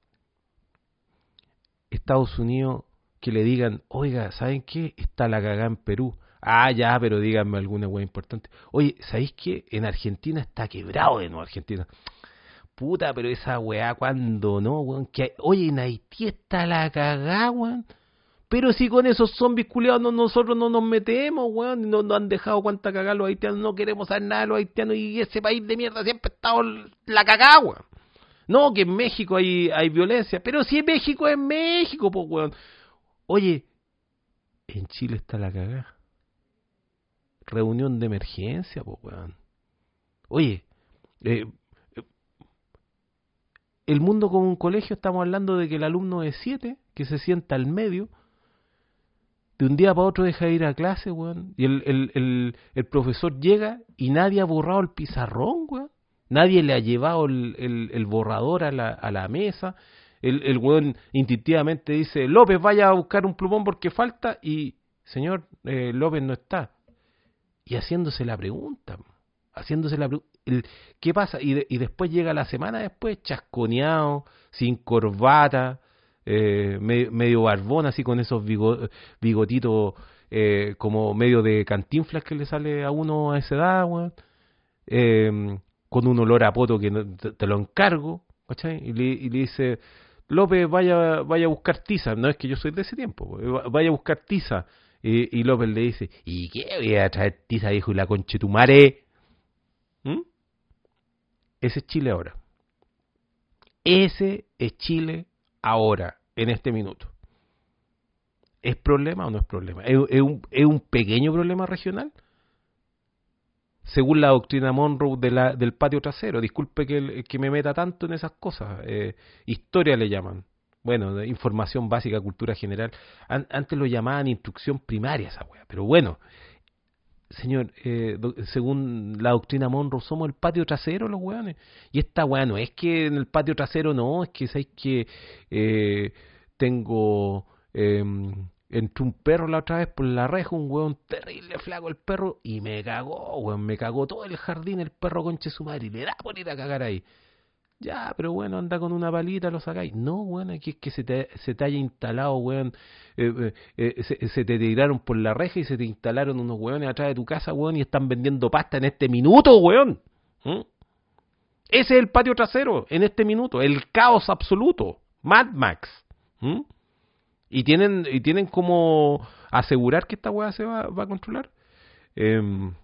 Estados Unidos, que le digan, oiga, ¿saben qué? Está la cagada en Perú. Ah, ya, pero díganme alguna hueá importante. Oye, ¿sabéis qué? En Argentina está quebrado de nuevo Argentina. Puta, pero esa weá, ¿cuándo no, weón? Que, oye, en Haití está la cagada, weón. Pero si con esos zombies culiados no, nosotros no nos metemos, weón, no nos han dejado cuánta cagada los haitianos, no queremos saber nada de los haitianos y ese país de mierda siempre ha estado la cagada, weón. No, que en México hay, hay violencia, pero si México es México, pues, weón. Oye, en Chile está la cagada. Reunión de emergencia, pues, weón. Oye, eh, el mundo como un colegio, estamos hablando de que el alumno de siete, que se sienta al medio, de un día para otro deja de ir a clase, weón. Y el, el, el, el profesor llega y nadie ha borrado el pizarrón, weón. Nadie le ha llevado el, el, el borrador a la, a la mesa. El, el weón instintivamente dice, López, vaya a buscar un plumón porque falta. Y, señor, eh, López no está. Y haciéndose la pregunta, haciéndose la pregunta, ¿qué pasa? Y, de, y después llega la semana después, chasconeado, sin corbata, Eh, medio, medio barbón, así con esos bigo, bigotitos eh, como medio de cantinflas que le sale a uno a esa edad, weón. Eh, con un olor a poto que no, te, te lo encargo, ¿cachai? Y le, y le dice, López, vaya vaya a buscar tiza. No es que yo soy de ese tiempo, vaya a buscar tiza. Y, y López le dice, ¿y qué voy a traer tiza, hijo, y la conchetumare? ¿Mm? Ese es Chile ahora. Ese es Chile ahora, en este minuto. ¿Es problema o no es problema? ¿Es, es, un, ¿Es un pequeño problema regional? Según la doctrina Monroe de la, del patio trasero. Disculpe que, que me meta tanto en esas cosas. Eh, historia le llaman. Bueno, información básica, cultura general. An, antes lo llamaban instrucción primaria esa wea. Pero bueno, señor, eh, do, según la doctrina Monroe, somos el patio trasero los weones. Y esta weá no es que en el patio trasero no, es que sabéis que eh, tengo... Eh, entró un perro la otra vez por la reja, un weón terrible flaco el perro, y me cagó, weón, me cagó todo el jardín el perro conche su madre, y le da por ir a cagar ahí. Ya, pero bueno, anda con una palita, lo sacáis. No, weón, aquí es que se te, se te haya instalado, weón, eh, eh, eh, se, se te tiraron por la reja y se te instalaron unos weones atrás de tu casa, weón, y están vendiendo pasta en este minuto, weón. ¿Mm? Ese es el patio trasero, en este minuto, el caos absoluto, Mad Max. ¿Mm? Y tienen y tienen como asegurar que esta weá se va, va a controlar. Eh,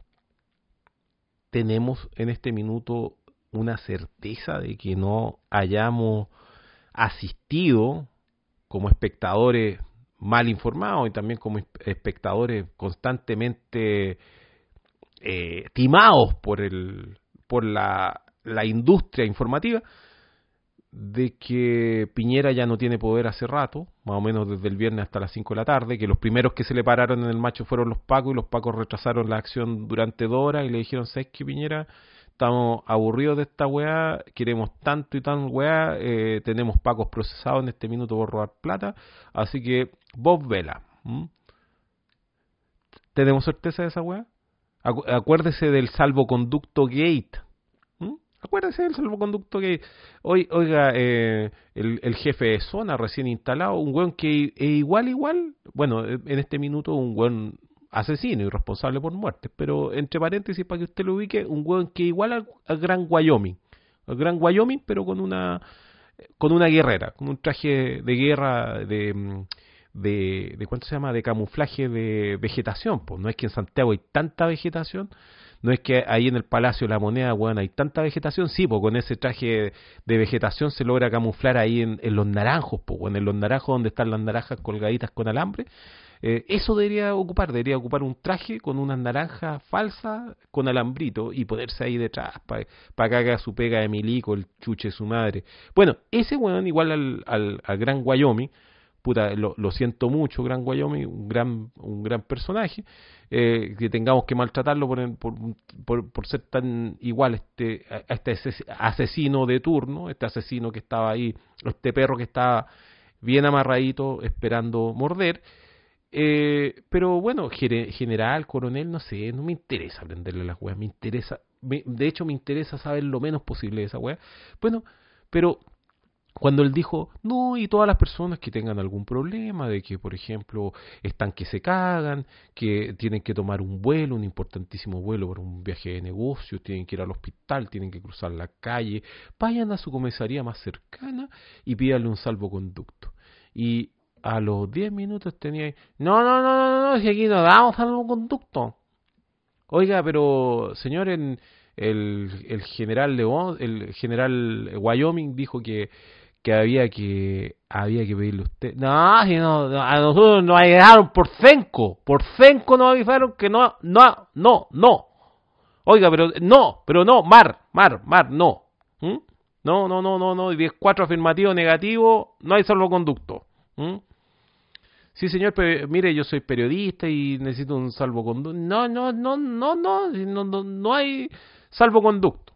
tenemos en este minuto una certeza de que no hayamos asistido como espectadores mal informados y también como espectadores constantemente eh, timados por el por la, la industria informativa, de que Piñera ya no tiene poder hace rato, más o menos desde el viernes hasta las cinco de la tarde, que los primeros que se le pararon en el macho fueron los pacos, y los pacos retrasaron la acción durante dos horas y le dijeron, ¿sabes qué, Piñera? Estamos aburridos de esta weá, queremos tanto y tan weá, eh, tenemos pacos procesados en este minuto por robar plata, así que vos vela. ¿Mm? ¿Tenemos certeza de esa weá? Acu- acuérdese del salvoconducto Gate. Acuérdense del salvoconducto que hoy, oiga, eh, el, el jefe de zona recién instalado, un weón que es igual, igual, bueno, en este minuto un weón asesino y responsable por muertes, pero entre paréntesis para que usted lo ubique, un weón que igual al, al Gran Wyoming, al Gran Wyoming, pero con una con una guerrera, con un traje de guerra de de, de ¿cuánto se llama? De camuflaje de vegetación, pues no es que en Santiago hay tanta vegetación, no es que ahí en el Palacio de la Moneda, weón, hay tanta vegetación, sí, pues con ese traje de vegetación se logra camuflar ahí en, en los naranjos, pues, weón, en los naranjos donde están las naranjas colgaditas con alambre. Eh, eso debería ocupar, debería ocupar un traje con unas naranjas falsas con alambrito y ponerse ahí detrás para pa que haga su pega de milico, el chuche de su madre. Bueno, ese weón igual al, al, al Gran Wyoming, puta, lo, lo siento mucho, Gran Wyoming, un gran, un gran personaje, eh, que tengamos que maltratarlo por, por, por, por ser tan igual este, a este asesino de turno, este asesino que estaba ahí, este perro que estaba bien amarradito esperando morder. Eh, pero bueno, general, coronel, no sé, no me interesa aprenderle las weas, me interesa, me, de hecho me interesa saber lo menos posible de esa wea. Bueno, pero cuando él dijo, no, y todas las personas que tengan algún problema, de que por ejemplo están que se cagan, que tienen que tomar un vuelo, un importantísimo vuelo para un viaje de negocios, tienen que ir al hospital, tienen que cruzar la calle, vayan a su comisaría más cercana y pídanle un salvoconducto. Y a los diez minutos tenía, no, no, no, no, no, si aquí no damos salvoconducto. Oiga, pero señor, en el, el general León, el general Wyoming dijo que que había que había que pedirle a usted. No, si no, no, a nosotros nos avisaron por Cenco, por Cenco nos avisaron que no, no, no, no. Oiga, pero no, pero no, mar, mar, mar, no. ¿Mm? No, no, no, no, no, diez cuatro afirmativo, negativo, no hay salvoconducto. ¿Mm? Sí, señor, pero mire, yo soy periodista y necesito un salvoconducto. No, no, no, no, no, no, no, no hay salvoconducto.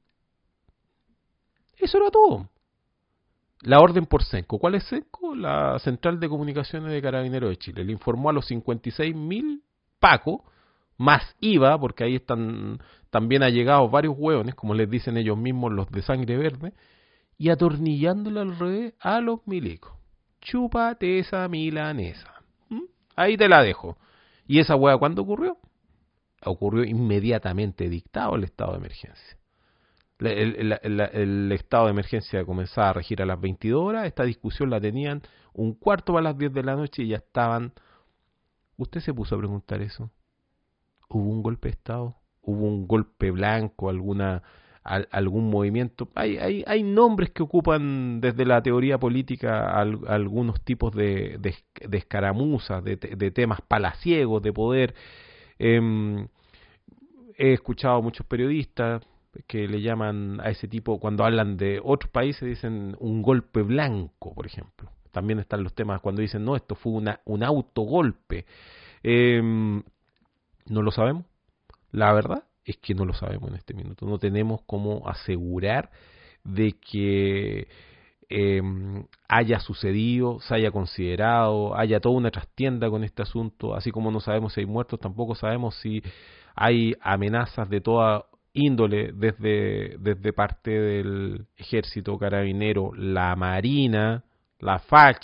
Eso era todo. La orden por Cenco. ¿Cuál es Cenco? La Central de Comunicaciones de Carabineros de Chile. Le informó a los cincuenta y seis mil pacos, más I V A, porque ahí están también allegados varios hueones, como les dicen ellos mismos, los de sangre verde, y atornillándole al revés a los milicos. Chúpate esa milanesa. ¿Mm? Ahí te la dejo. ¿Y esa hueá cuándo ocurrió? Ocurrió inmediatamente dictado el estado de emergencia. El, el, el, el estado de emergencia comenzaba a regir a las veintidós horas. Esta discusión la tenían un cuarto para las diez de la noche y ya estaban. ¿Usted se puso a preguntar eso? ¿Hubo un golpe de estado? ¿Hubo un golpe blanco? ¿Alguna al, algún movimiento? Hay, hay, hay nombres que ocupan desde la teoría política al, algunos tipos de, de, de escaramuzas, de, de temas palaciegos, de poder. Eh, he escuchado a muchos periodistas que le llaman a ese tipo, cuando hablan de otros países, dicen un golpe blanco, por ejemplo. También están los temas cuando dicen, no, esto fue una, un autogolpe. Eh, no lo sabemos. La verdad es que no lo sabemos en este minuto. No tenemos cómo asegurar de que eh, haya sucedido, se haya considerado, haya toda una trastienda con este asunto, así como no sabemos si hay muertos, tampoco sabemos si hay amenazas de toda índole desde, desde parte del ejército, carabinero, la marina, la FACH,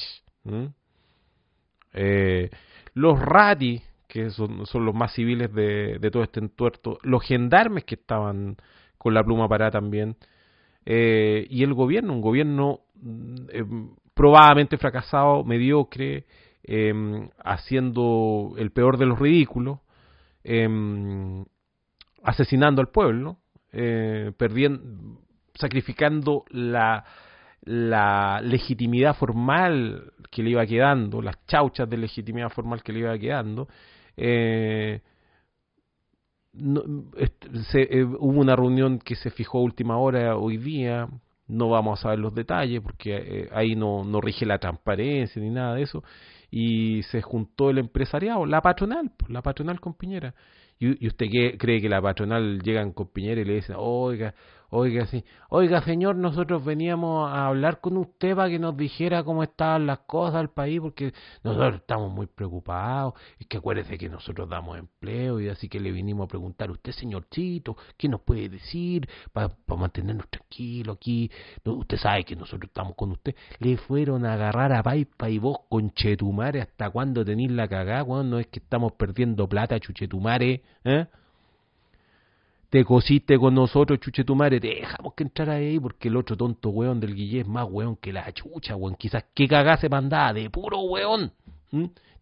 eh, los RATI, que son, son los más civiles de, de todo este entuerto, los gendarmes que estaban con la pluma parada también, eh, y el gobierno, un gobierno eh, probadamente fracasado, mediocre, eh, haciendo el peor de los ridículos, eh, asesinando al pueblo, eh, perdiendo, sacrificando la, la legitimidad formal que le iba quedando, las chauchas de legitimidad formal que le iba quedando. Eh, no, se, eh, hubo una reunión que se fijó a última hora hoy día, no vamos a saber los detalles porque eh, ahí no, no rige la transparencia ni nada de eso, y se juntó el empresariado, la patronal, la patronal con Piñera. ¿Y, y usted qué, cree que la patronal llegan con Piñera y le dicen, oiga, oiga, sí, oiga señor, nosotros veníamos a hablar con usted para que nos dijera cómo estaban las cosas del país, porque nosotros estamos muy preocupados, es que acuérdese que nosotros damos empleo, y así que le vinimos a preguntar, usted señorcito, ¿qué nos puede decir para pa mantenernos tranquilos aquí? No, usted sabe que nosotros estamos con usted. Le fueron a agarrar a Paipa y vos, conchetumare, ¿hasta cuándo tenéis la cagada? ¿Cuándo es que estamos perdiendo plata, chuchetumare? ¿Eh? Te cosiste con nosotros, chuchetumare, te dejamos que entrar ahí porque el otro tonto weón del Guillé es más weón que la chucha, weón. Quizás qué cagá se mandaba de puro weón. ¿Mm?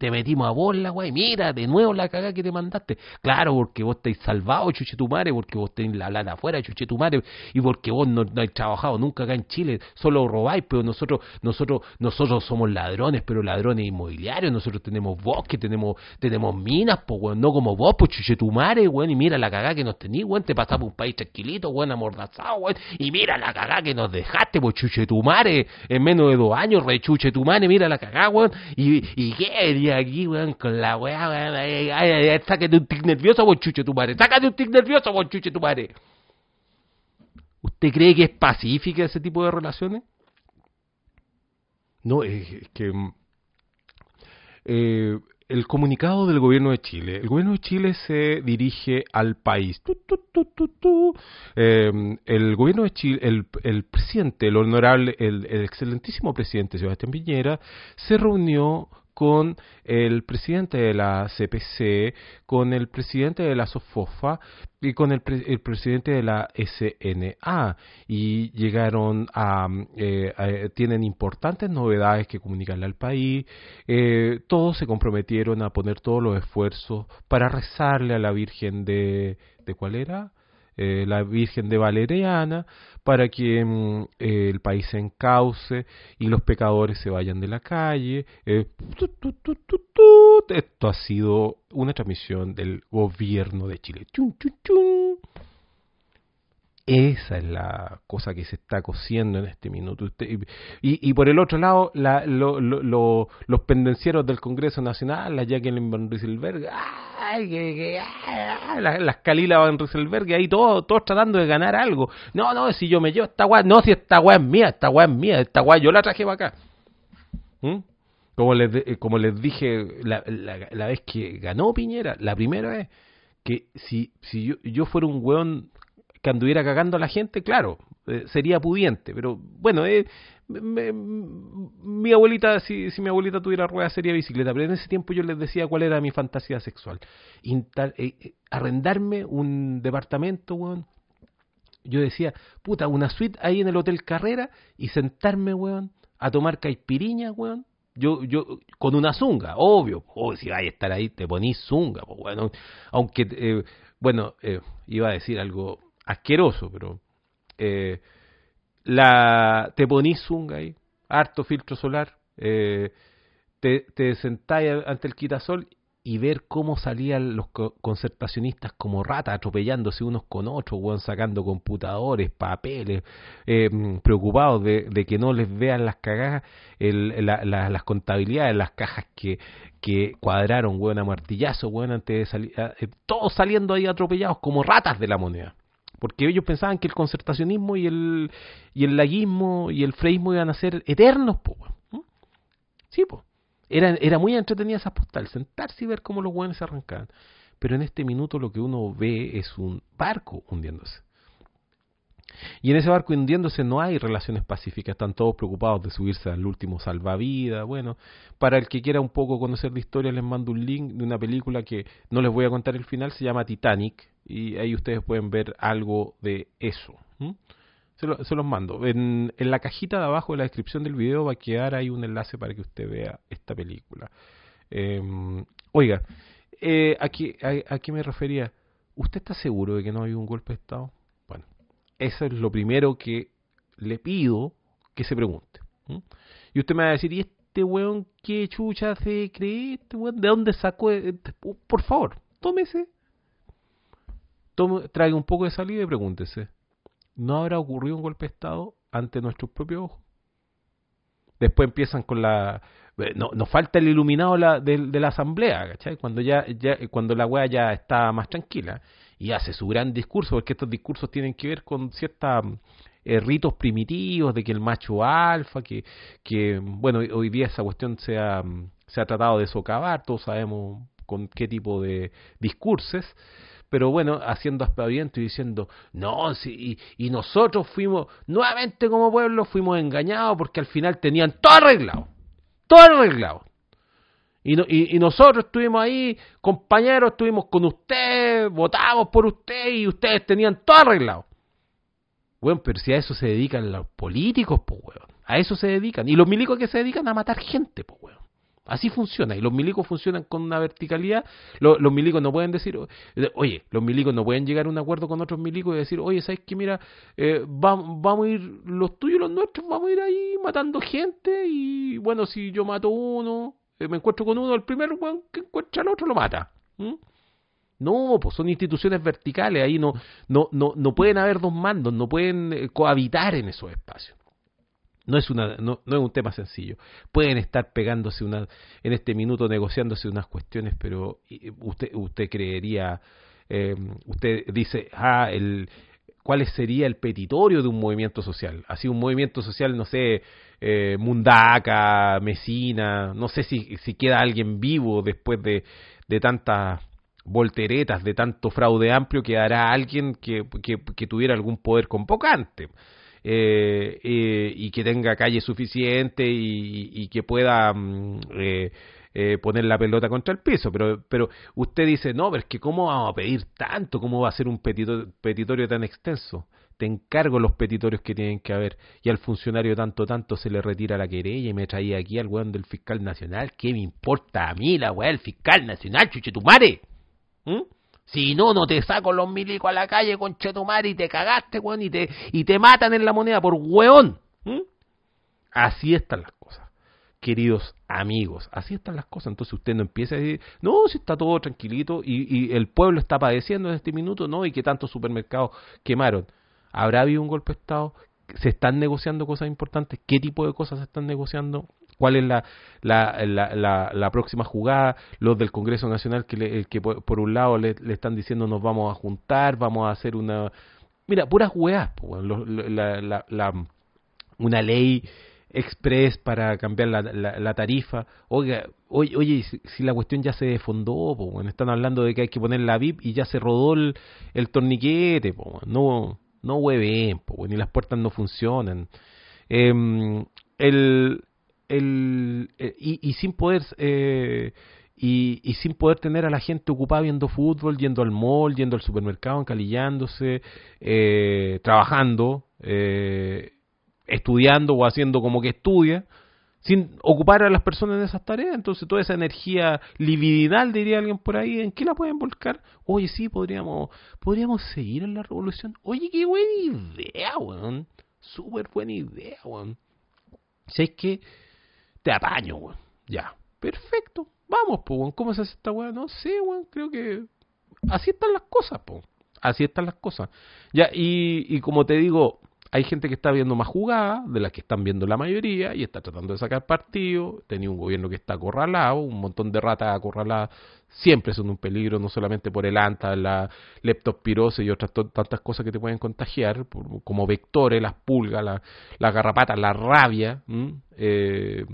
te metimos a vos la weá, y mira, de nuevo la cagada que te mandaste. Claro, porque vos estáis salvados, chuchetumare, porque vos tenés la plata afuera, chuchetumare, y porque vos no, no habéis trabajado nunca acá en Chile, solo robáis, pero nosotros, nosotros, nosotros somos ladrones, pero ladrones inmobiliarios, nosotros tenemos bosque, tenemos, tenemos minas, pues weón, no como vos, pues chuchetumare, weón, y mira la cagada que nos tenís, weón, te pasás por un país tranquilito, weón, amordazado, weón, y mira la cagada que nos dejaste, pues chuchetumare, en menos de dos años, re chuchetumare, mira la cagada, weón, y, y qué haría aquí, weón, con la weá, weón, ay, ay, ay, sácate un tic nervioso, weón, chuchetumare, sácate un tic nervioso, weón, chuchetumare. ¿Usted cree que es pacífica ese tipo de relaciones? No, es, es que eh, el comunicado del gobierno de Chile. El gobierno de Chile se dirige al país. Tu, tu, tu, tu, tu. Eh, el gobierno de Chile, el, el presidente, el honorable, el, el excelentísimo presidente Sebastián Piñera, se reunió con el presidente de la C P C, con el presidente de la SOFOFA y con el, pre el presidente de la S N A, y llegaron a, eh, a tienen importantes novedades que comunicarle al país. Eh, todos se comprometieron a poner todos los esfuerzos para rezarle a la Virgen de, ¿de cuál era? Eh, la Virgen de Valeriana, para que mm, eh, el país se encauce y los pecadores se vayan de la calle. Eh, tu, tu, tu, tu, tu. Esto ha sido una transmisión del gobierno de Chile. Chun, chun, chun. Esa es la cosa que se está cociendo en este minuto. Usted, y, y por el otro lado, la, lo, lo, lo, los pendencieros del Congreso Nacional, la Jacqueline Van Rieselberg, ay, que, que, ay, las, las Kalila Van Rieselberg, ahí todos, todos tratando de ganar algo. No, no, si yo me llevo esta weá, no, si esta weá es mía, esta weá es mía, esta weá yo la traje para acá. ¿Mm? Como les, como les dije la, la, la vez que ganó Piñera, la primera vez, que si, si yo, yo fuera un weón que anduviera cagando a la gente, claro, eh, sería pudiente, pero bueno, eh, me, mi abuelita, si, si mi abuelita tuviera ruedas sería bicicleta, pero en ese tiempo yo les decía cuál era mi fantasía sexual. Intar, eh, eh, arrendarme un departamento, weón. Yo decía, puta, una suite ahí en el Hotel Carrera y sentarme, weón, a tomar caipiriña, weón. Yo, yo, con una zunga, obvio, oh, si vais a estar ahí, te ponís zunga, pues bueno, aunque, eh, bueno, eh, iba a decir algo asqueroso, pero eh, la te ponís zunga ahí, harto filtro solar, eh, te, te sentáis ante el quitasol y ver cómo salían los co concertacionistas como ratas, atropellándose unos con otros, weón, sacando computadores, papeles, eh, preocupados de, de que no les vean las cagadas, el, la, la, las contabilidades, las cajas que, que cuadraron, weón, a martillazo, weón, antes de salir, eh, todos saliendo ahí atropellados como ratas de la moneda. Porque ellos pensaban que el concertacionismo y el, y el laguismo y el freísmo iban a ser eternos, po, ¿Mm? Sí, pues. Era, era muy entretenida esa postal, sentarse y ver cómo los hueones se arrancaban. Pero en este minuto lo que uno ve es un barco hundiéndose. Y en ese barco hundiéndose no hay relaciones pacíficas, están todos preocupados de subirse al último salvavidas. Bueno, para el que quiera un poco conocer la historia, les mando un link de una película que no les voy a contar el final, se llama Titanic, y ahí ustedes pueden ver algo de eso. ¿Mm? Se, lo, se los mando. En, en la cajita de abajo de la descripción del video va a quedar ahí un enlace para que usted vea esta película. Eh, oiga, eh, ¿a, qué, a, ¿a qué me refería? ¿Usted está seguro de que no hay un golpe de Estado? Bueno, eso es lo primero que le pido que se pregunte. ¿Mm? Y usted me va a decir, ¿y este weón qué chucha se cree? ¿Este weón de dónde sacó? Por favor, tómese, tome, traiga un poco de salida y pregúntese. ¿No habrá ocurrido un golpe de Estado ante nuestros propios ojos? Después empiezan con la... No, nos falta el iluminado la, de, de la asamblea, ¿cachai? Cuando, ya, ya, cuando la wea ya está más tranquila y hace su gran discurso, porque estos discursos tienen que ver con ciertos eh, ritos primitivos de que el macho alfa, que, que bueno, hoy día esa cuestión se ha, se ha tratado de socavar, todos sabemos con qué tipo de discursos. Pero bueno, haciendo aspaviento y diciendo, no, sí, y, y nosotros fuimos, nuevamente como pueblo, fuimos engañados porque al final tenían todo arreglado, todo arreglado. Y, no, y, y nosotros estuvimos ahí, compañeros, estuvimos con usted, votamos por usted y ustedes tenían todo arreglado. Bueno, pero si a eso se dedican los políticos, pues, weón, a eso se dedican. Y los milicos que se dedican a matar gente, pues, weón. Así funciona, y los milicos funcionan con una verticalidad. Los, los milicos no pueden decir, oye, los milicos no pueden llegar a un acuerdo con otros milicos y decir, oye, ¿sabes qué? Mira, eh, vamos, vamos a ir, los tuyos y los nuestros, vamos a ir ahí matando gente, y bueno, si yo mato uno, eh, me encuentro con uno, el primer weón que encuentra al otro lo mata. ¿Mm? No, pues son instituciones verticales, ahí no, no, no, no pueden haber dos mandos, no pueden eh, cohabitar en esos espacios. No es una, no, no es un tema sencillo. Pueden estar pegándose una, en este minuto negociándose unas cuestiones, pero usted, usted creería, eh, usted dice, ah, el, ¿cuál sería el petitorio de un movimiento social? Así un movimiento social, no sé, eh, Mundaca, Mesina, no sé si, si queda alguien vivo después de, de tantas volteretas, de tanto fraude amplio, quedará alguien que, que, que tuviera algún poder convocante. Eh, eh, y que tenga calle suficiente y, y que pueda eh, eh, poner la pelota contra el piso, pero pero usted dice, no, pero es que ¿cómo vamos a pedir tanto? ¿Cómo va a ser un petitorio, petitorio tan extenso? Te encargo los petitorios que tienen que haber, y al funcionario tanto tanto se le retira la querella y me traía aquí al weón del fiscal nacional. ¿Qué me importa a mí la weá del fiscal nacional, chuchetumare? ¿Mm? Si no, no te saco los milicos a la calle, conchetumare, y te cagaste, weón, y te, y te matan en la moneda por weón. ¿Mm? Así están las cosas, queridos amigos, así están las cosas. Entonces usted no empieza a decir, no, si está todo tranquilito, y, y el pueblo está padeciendo en este minuto, no, y que tantos supermercados quemaron. ¿Habrá habido un golpe de Estado? ¿Se están negociando cosas importantes? ¿Qué tipo de cosas se están negociando? ¿Cuál es la, la, la, la, la próxima jugada? Los del Congreso Nacional que, le, que por, por un lado le, le están diciendo nos vamos a juntar, vamos a hacer una... Mira, puras hueás, la, la, la, una ley express para cambiar la, la, la tarifa. Oiga, oye, oye, si, si la cuestión ya se desfondó, po, bueno, están hablando de que hay que poner la V I P y ya se rodó el, el torniquete, po, no, no hueven, po, bueno, y las puertas no funcionan. Eh, el... El, eh, y, y sin poder eh, y, y sin poder tener a la gente ocupada viendo fútbol, yendo al mall, yendo al supermercado, encalillándose, eh, trabajando, eh, estudiando o haciendo como que estudia, sin ocupar a las personas en esas tareas. Entonces toda esa energía libidinal, diría alguien por ahí, ¿en qué la pueden volcar? Oye, sí, podríamos podríamos seguir en la revolución. Oye, qué buena idea, weón, súper buena idea, weón. ¿Sabes qué? Te apaño, weón. Ya, perfecto. Vamos, pues, weón. ¿Cómo se hace esta weón? No sé, weón. Creo que así están las cosas, pues. Así están las cosas. Ya, y, y como te digo, hay gente que está viendo más jugadas de las que están viendo la mayoría y está tratando de sacar partido. Tenía un gobierno que está acorralado, un montón de ratas acorraladas. Siempre son un peligro, no solamente por el anta, la leptospirosis y otras t- tantas cosas que te pueden contagiar, por, como vectores, las pulgas, la, las garrapatas, la rabia. Eh,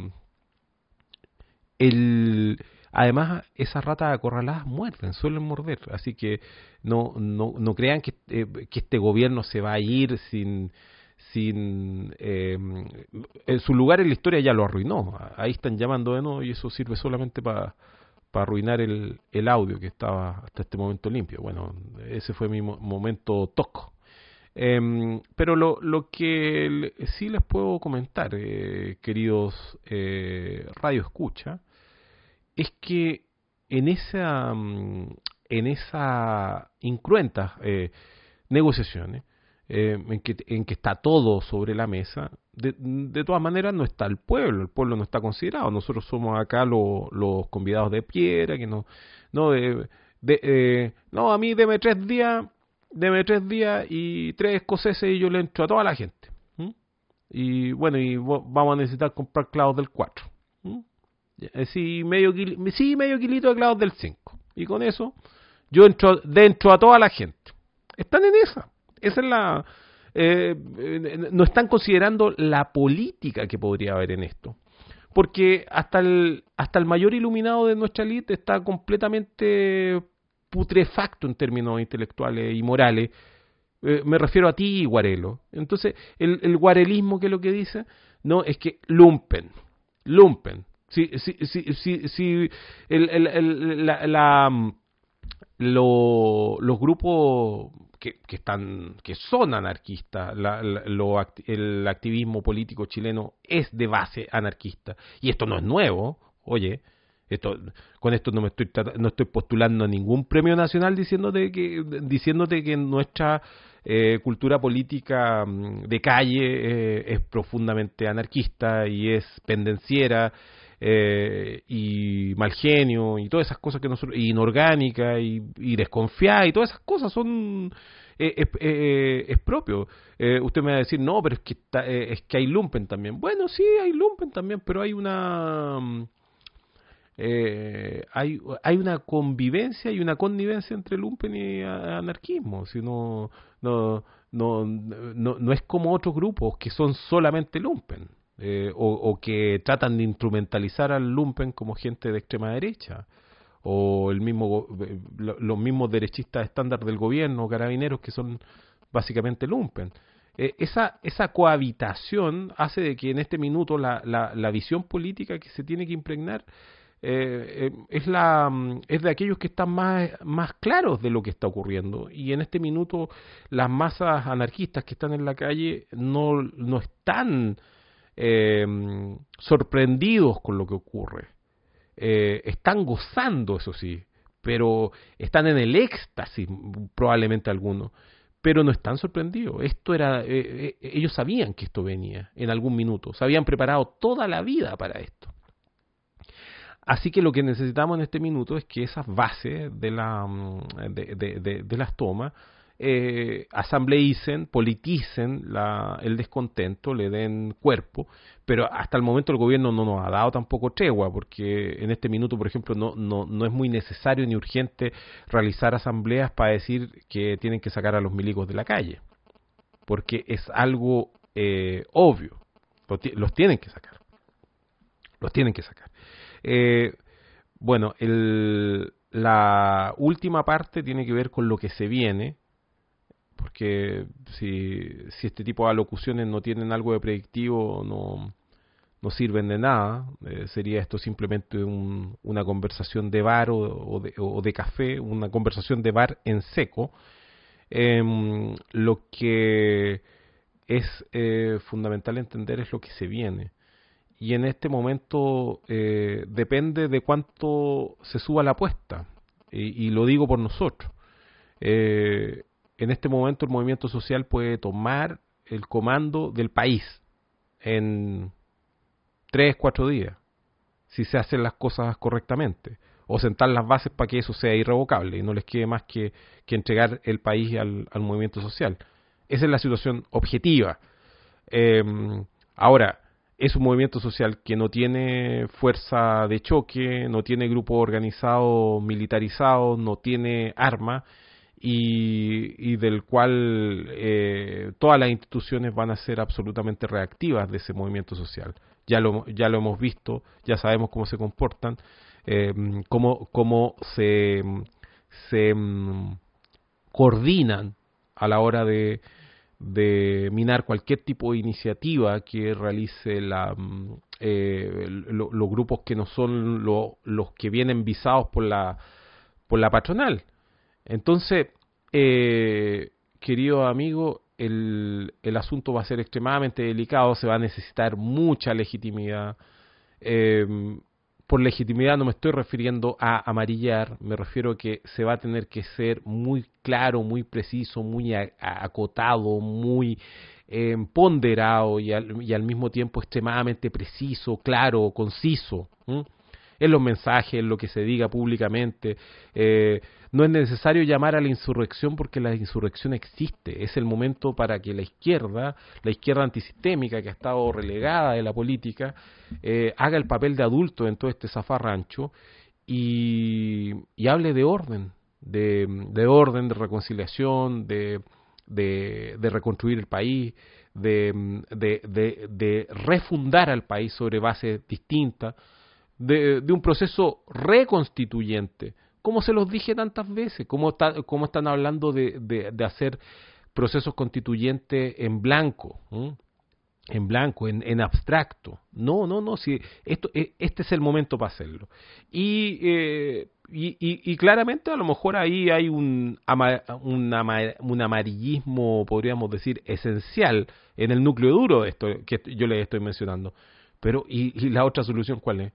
el Además, esas ratas acorraladas muerden, suelen morder, así que no no no crean que, eh, que este gobierno se va a ir sin sin eh, en su lugar en la historia ya lo arruinó. Ahí están llamando de nuevo y eso sirve solamente para para arruinar el, el audio que estaba hasta este momento limpio. Bueno, ese fue mi mo- momento toco. Eh, pero lo, lo que le- sí les puedo comentar, eh, queridos eh, radio escucha, es que en esa mm, en esa incruentas eh, negociaciones eh, en que en que está todo sobre la mesa, de, de todas maneras no está el pueblo, el pueblo no está considerado. Nosotros somos acá lo, los convidados de piedra, que no no de, de, eh, no, a mí deme tres días, deme tres días y tres escoceses y yo le entro a toda la gente. ¿Mm? Y bueno, y vo- vamos a necesitar comprar clavos del cuatro. ¿Mm? Sí, medio kil, sí, medio kilito de clavos del cinco. Y con eso yo entro dentro a toda la gente. Están en esa. Esa es la... Eh, eh, no están considerando la política que podría haber en esto. Porque hasta el, hasta el mayor iluminado de nuestra élite está completamente putrefacto en términos intelectuales y morales. Eh, me refiero a ti, Guarelo. Entonces, el, el guarelismo, que es lo que dice, no, es que lumpen, lumpen. Si, si, si, si, si el, el, el, la, la, lo, los grupos que, que están que son anarquistas, la, la, lo, el activismo político chileno es de base anarquista, y esto no es nuevo. Oye, esto, con esto no me estoy no estoy postulando a ningún premio nacional diciéndote que diciéndote que nuestra eh, cultura política de calle eh, es profundamente anarquista y es pendenciera eh, y mal genio y todas esas cosas que nosotros, y inorgánica y, y desconfiada y todas esas cosas son eh, es, eh, es propio. Eh, usted me va a decir, no, pero es que está, eh, es que hay lumpen también. Bueno, sí, hay lumpen también, pero hay una Eh, hay, hay una convivencia y una connivencia entre lumpen y anarquismo. Si no, no, no, no, no es como otros grupos que son solamente lumpen eh, o, o que tratan de instrumentalizar al lumpen como gente de extrema derecha o el mismo los mismos derechistas estándar del gobierno, carabineros, que son básicamente lumpen. Eh, esa, esa cohabitación hace de que en este minuto la, la, la visión política que se tiene que impregnar Eh, eh, es la es de aquellos que están más más claros de lo que está ocurriendo, y en este minuto las masas anarquistas que están en la calle no no están eh, sorprendidos con lo que ocurre, eh, están gozando, eso sí, pero están en el éxtasis probablemente algunos, pero no están sorprendidos. Esto era eh, eh, ellos sabían que esto venía en algún minuto, se habían preparado toda la vida para esto. Así que lo que necesitamos en este minuto es que esas bases de, la, de, de, de, de las tomas eh, asambleicen, politicen la, el descontento, le den cuerpo, pero hasta el momento el gobierno no nos ha dado tampoco tregua, porque en este minuto, por ejemplo, no, no, no es muy necesario ni urgente realizar asambleas para decir que tienen que sacar a los milicos de la calle, porque es algo eh, obvio, los, los tienen que sacar, los tienen que sacar. Eh, bueno, el, la última parte tiene que ver con lo que se viene, porque si, si este tipo de alocuciones no tienen algo de predictivo, no, no sirven de nada. Eh, sería esto simplemente un, una conversación de bar o, o, de, o de café, una conversación de bar en seco. Eh, lo que es eh, fundamental entender es lo que se viene. Y en este momento eh, depende de cuánto se suba la apuesta, y, y lo digo por nosotros. Eh, en este momento el movimiento social puede tomar el comando del país en tres, cuatro días, si se hacen las cosas correctamente, o sentar las bases para que eso sea irrevocable y no les quede más que, que entregar el país al, al movimiento social. Esa es la situación objetiva. Eh, ahora, es un movimiento social que no tiene fuerza de choque, no tiene grupo organizado militarizado, no tiene armas, y, y del cual eh, todas las instituciones van a ser absolutamente reactivas de ese movimiento social. Ya lo, ya lo hemos visto, ya sabemos cómo se comportan, eh, cómo, cómo se, se um, coordinan a la hora de de minar cualquier tipo de iniciativa que realice la, eh, lo, los grupos que no son lo, los que vienen visados por la por la patronal. Entonces, eh, querido amigo, el, el asunto va a ser extremadamente delicado, se va a necesitar mucha legitimidad. Eh, por legitimidad no me estoy refiriendo a amarillar, me refiero a que se va a tener que ser muy claro, muy preciso, muy a, a, acotado, muy eh, ponderado y al, y al mismo tiempo extremadamente preciso, claro, conciso, ¿m? En los mensajes, en lo que se diga públicamente. Eh, no es necesario llamar a la insurrección porque la insurrección existe. Es el momento para que la izquierda, la izquierda antisistémica que ha estado relegada de la política, eh, haga el papel de adulto en todo este zafarrancho y, y hable de orden, de, de orden, de reconciliación, de, de, de reconstruir el país, de, de, de, de refundar al país sobre bases distintas, De, de un proceso reconstituyente, como se los dije tantas veces, como, está, como están hablando de, de, de hacer procesos constituyentes en blanco, ¿eh? en blanco, en, en abstracto. No, no, no, si esto, este es el momento para hacerlo. Y, eh, y, y, y claramente a lo mejor ahí hay un, ama, un, ama, un amarillismo, podríamos decir, esencial en el núcleo duro de esto que yo les estoy mencionando. Pero, ¿y, y la otra solución cuál es?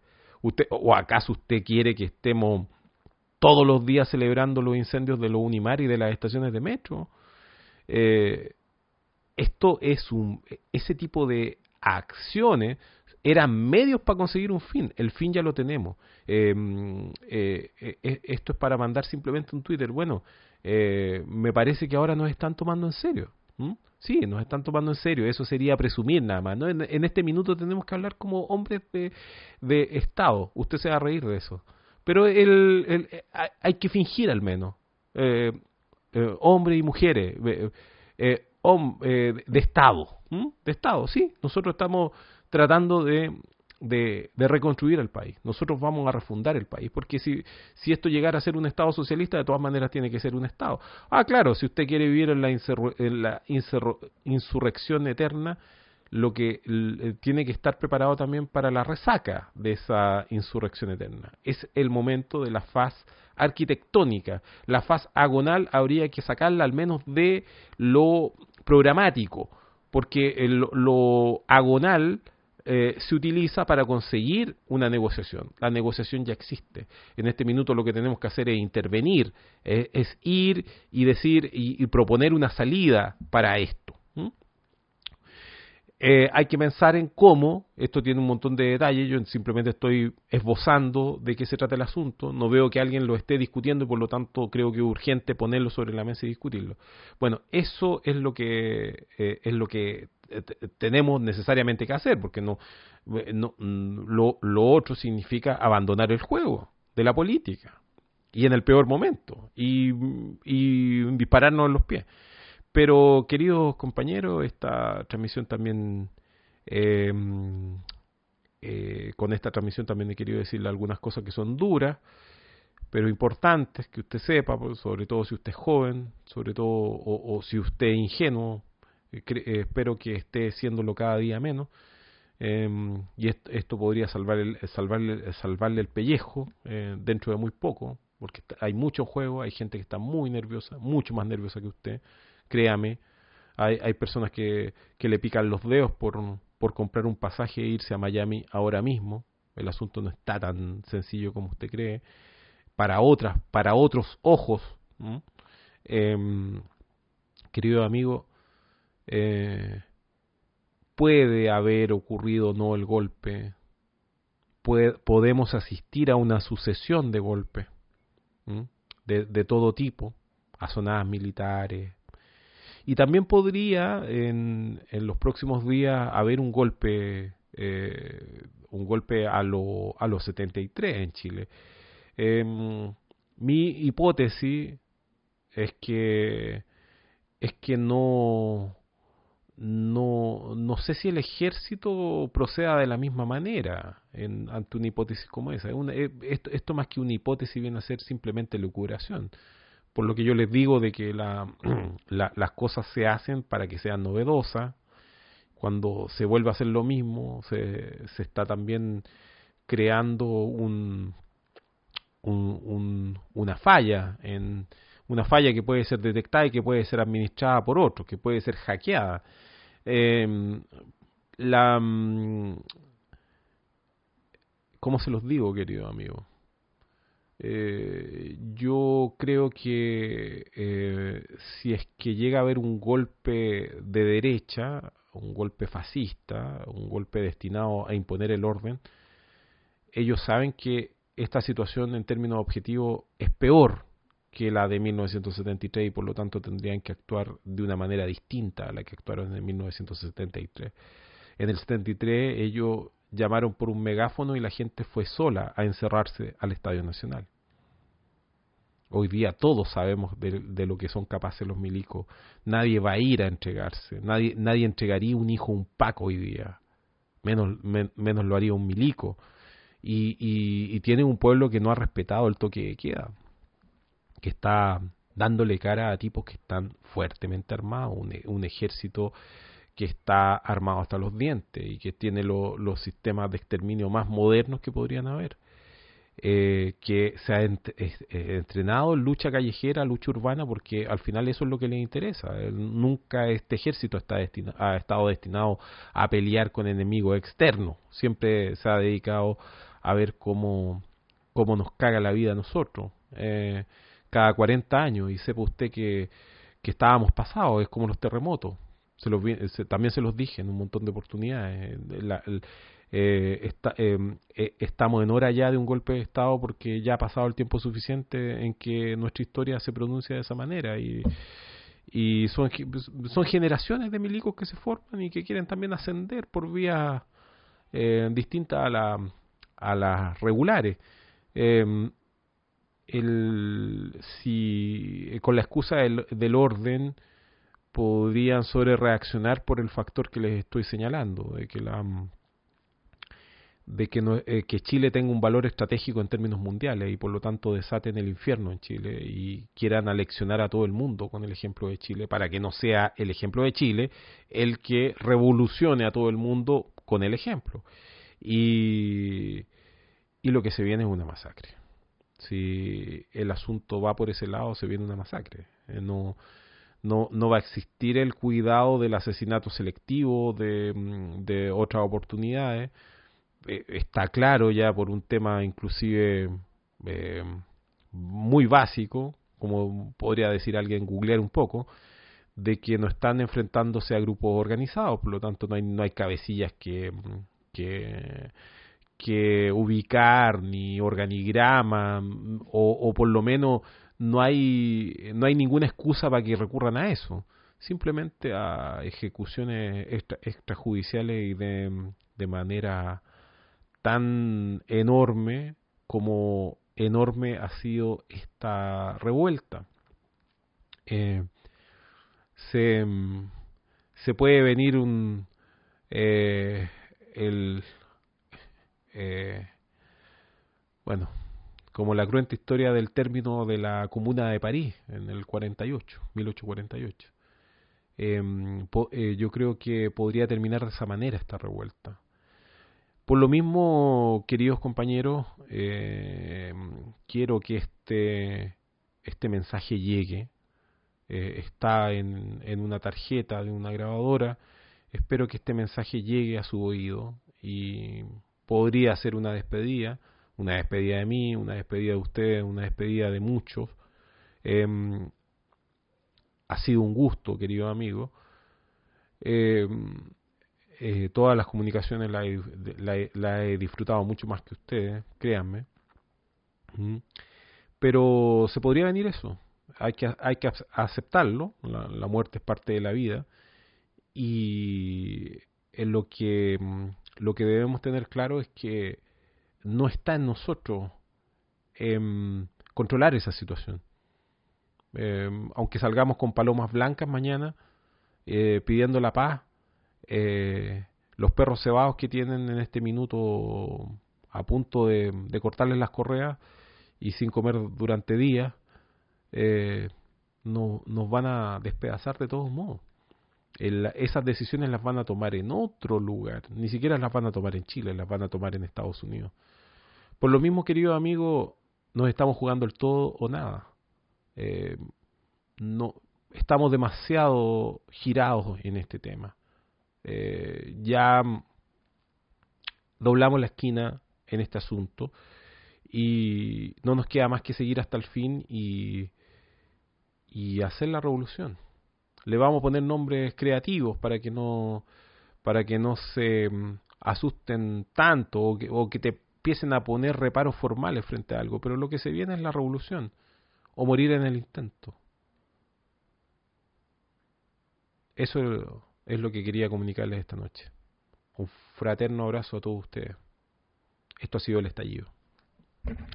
¿Usted, ¿O acaso usted quiere que estemos todos los días celebrando los incendios de los Unimar y de las estaciones de metro? Eh, esto es un... Ese tipo de acciones eran medios para conseguir un fin. El fin ya lo tenemos. Eh, eh, eh, esto es para mandar simplemente un Twitter. Bueno, eh, me parece que ahora nos están tomando en serio. ¿Mm? Sí, nos están tomando en serio. Eso sería presumir nada más, ¿no? En, en este minuto tenemos que hablar como hombres de, de Estado. Usted se va a reír de eso. Pero el, el, hay, hay que fingir al menos. Eh, eh, hombres y mujeres. Eh, eh, hom, eh, de Estado. ¿Mm? De Estado, sí. Nosotros estamos tratando de, de, de reconstruir el país. Nosotros vamos a refundar el país, porque si, si esto llegara a ser un Estado socialista, de todas maneras tiene que ser un Estado. Ah, claro, si usted quiere vivir en la, insurre, en la insurre, insurrección eterna, lo que l, tiene que estar preparado también para la resaca de esa insurrección eterna. Es el momento de la faz arquitectónica. La faz agonal habría que sacarla al menos de lo programático, porque el, lo agonal Eh, se utiliza para conseguir una negociación. La negociación ya existe. En este minuto lo que tenemos que hacer es intervenir, eh, es ir y decir y, y proponer una salida para esto. ¿Mm? Eh, hay que pensar en cómo, esto tiene un montón de detalles, yo simplemente estoy esbozando de qué se trata el asunto, no veo que alguien lo esté discutiendo y por lo tanto creo que es urgente ponerlo sobre la mesa y discutirlo. Bueno, eso es lo que eh, es lo que tenemos necesariamente que hacer, porque no, no lo, lo otro significa abandonar el juego de la política, y en el peor momento, y, y dispararnos en los pies. Pero, queridos compañeros, esta transmisión también, eh, eh, con esta transmisión también he querido decirle algunas cosas que son duras, pero importantes, que usted sepa, pues, sobre todo si usted es joven, sobre todo, o, o si usted es ingenuo, eh, eh, espero que esté siéndolo cada día menos, eh, y esto, esto podría salvar el, salvarle, salvarle el pellejo eh, dentro de muy poco, porque hay mucho juego, hay gente que está muy nerviosa, mucho más nerviosa que usted. Créame, hay, hay personas que, que le pican los dedos por, por comprar un pasaje e irse a Miami ahora mismo. El asunto no está tan sencillo como usted cree. Para otras, para otros ojos, eh, querido amigo, eh, puede haber ocurrido o no el golpe. Puede, podemos asistir a una sucesión de golpes de, de todo tipo, azonadas militares. Y también podría en, en los próximos días haber un golpe, eh, un golpe a lo a los setenta y tres en Chile. Eh, mi hipótesis es que es que no no no sé si el ejército proceda de la misma manera en, ante una hipótesis como esa. Una, esto, esto más que una hipótesis viene a ser simplemente lucubración. Por lo que yo les digo de que la, la, las cosas se hacen para que sean novedosas. Cuando se vuelve a hacer lo mismo, se, se está también creando un, un, un, una falla, en una falla que puede ser detectada y que puede ser administrada por otros, que puede ser hackeada. Eh, la, ¿Cómo se los digo, querido amigo? Eh, yo creo que eh, si es que llega a haber un golpe de derecha, un golpe fascista, un golpe destinado a imponer el orden, ellos saben que esta situación en términos objetivos es peor que la de mil novecientos setenta y tres y por lo tanto tendrían que actuar de una manera distinta a la que actuaron en mil novecientos setenta y tres. En el setenta y tres ellos llamaron por un megáfono y la gente fue sola a encerrarse al Estadio Nacional. Hoy día todos sabemos de, de lo que son capaces los milicos. Nadie va a ir a entregarse. Nadie, nadie entregaría un hijo a un Paco hoy día. Menos, men, menos lo haría un milico. Y, y, y tiene un pueblo que no ha respetado el toque de queda, que está dándole cara a tipos que están fuertemente armados, un, un ejército que está armado hasta los dientes y que tiene lo, los sistemas de exterminio más modernos que podrían haber, eh, que se ha ent eh, entrenado en lucha callejera, lucha urbana, porque al final eso es lo que les interesa. Nunca este ejército está destina ha estado destinado a pelear con enemigos externos, siempre se ha dedicado a ver cómo, cómo nos caga la vida a nosotros. Eh, cada cuarenta años, y sepa usted que, que estábamos pasados, es como los terremotos. Se los vi, se, también se los dije en un montón de oportunidades. La, el, eh, está, eh, eh, estamos en hora ya de un golpe de Estado porque ya ha pasado el tiempo suficiente en que nuestra historia se pronuncia de esa manera, y, y son, son generaciones de milicos que se forman y que quieren también ascender por vías eh, distintas a, la, a las regulares. Eh, el, si con la excusa del, del orden podrían sobre reaccionar por el factor que les estoy señalando, de que la de que, no, eh, que Chile tenga un valor estratégico en términos mundiales y por lo tanto desaten el infierno en Chile y quieran aleccionar a todo el mundo con el ejemplo de Chile, para que no sea el ejemplo de Chile el que revolucione a todo el mundo con el ejemplo. Y, y lo que se viene es una masacre. Si el asunto va por ese lado, se viene una masacre. Eh, no No, no va a existir el cuidado del asesinato selectivo, de, de otras oportunidades. Eh, está claro ya por un tema inclusive eh, muy básico, como podría decir alguien, googlear un poco, de que no están enfrentándose a grupos organizados, por lo tanto no hay, no hay cabecillas que, que, que ubicar, ni organigrama, o, o por lo menos no hay no hay ninguna excusa para que recurran a eso, simplemente a ejecuciones extra, extrajudiciales y de, de manera tan enorme como enorme ha sido esta revuelta. Eh, se, se puede venir un eh, el eh, bueno, como la cruenta historia del término de la Comuna de París en el cuarenta y ocho, mil ochocientos cuarenta y ocho. Eh, po, eh, yo creo que podría terminar de esa manera esta revuelta. Por lo mismo, queridos compañeros, eh, quiero que este, este mensaje llegue. Eh, está en, en una tarjeta de una grabadora. Espero que este mensaje llegue a su oído y podría ser una despedida. Una despedida de mí, una despedida de ustedes, una despedida de muchos. Eh, ha sido un gusto, querido amigo. Eh, eh, todas las comunicaciones las he, la he, la he disfrutado mucho más que ustedes, créanme. ¿Mm? Pero se podría venir eso. Hay que, hay que aceptarlo. La, la muerte es parte de la vida. Y en lo que, lo que debemos tener claro es que no está en nosotros eh, controlar esa situación. Eh, aunque salgamos con palomas blancas mañana eh, pidiendo la paz, eh, los perros cebados que tienen en este minuto a punto de, de cortarles las correas y sin comer durante días, eh, no, nos van a despedazar de todos modos. El, esas decisiones las van a tomar en otro lugar, ni siquiera las van a tomar en Chile, las van a tomar en Estados Unidos. Por lo mismo, querido amigo, nos estamos jugando el todo o nada. Eh, no estamos demasiado girados en este tema. Eh, ya doblamos la esquina en este asunto y no nos queda más que seguir hasta el fin y, y hacer la revolución. Le vamos a poner nombres creativos para que no para que no se asusten tanto o que, o que te empiecen a poner reparos formales frente a algo, pero lo que se viene es la revolución o morir en el intento. Eso es lo que quería comunicarles esta noche. Un fraterno abrazo a todos ustedes. Esto ha sido El Estallido.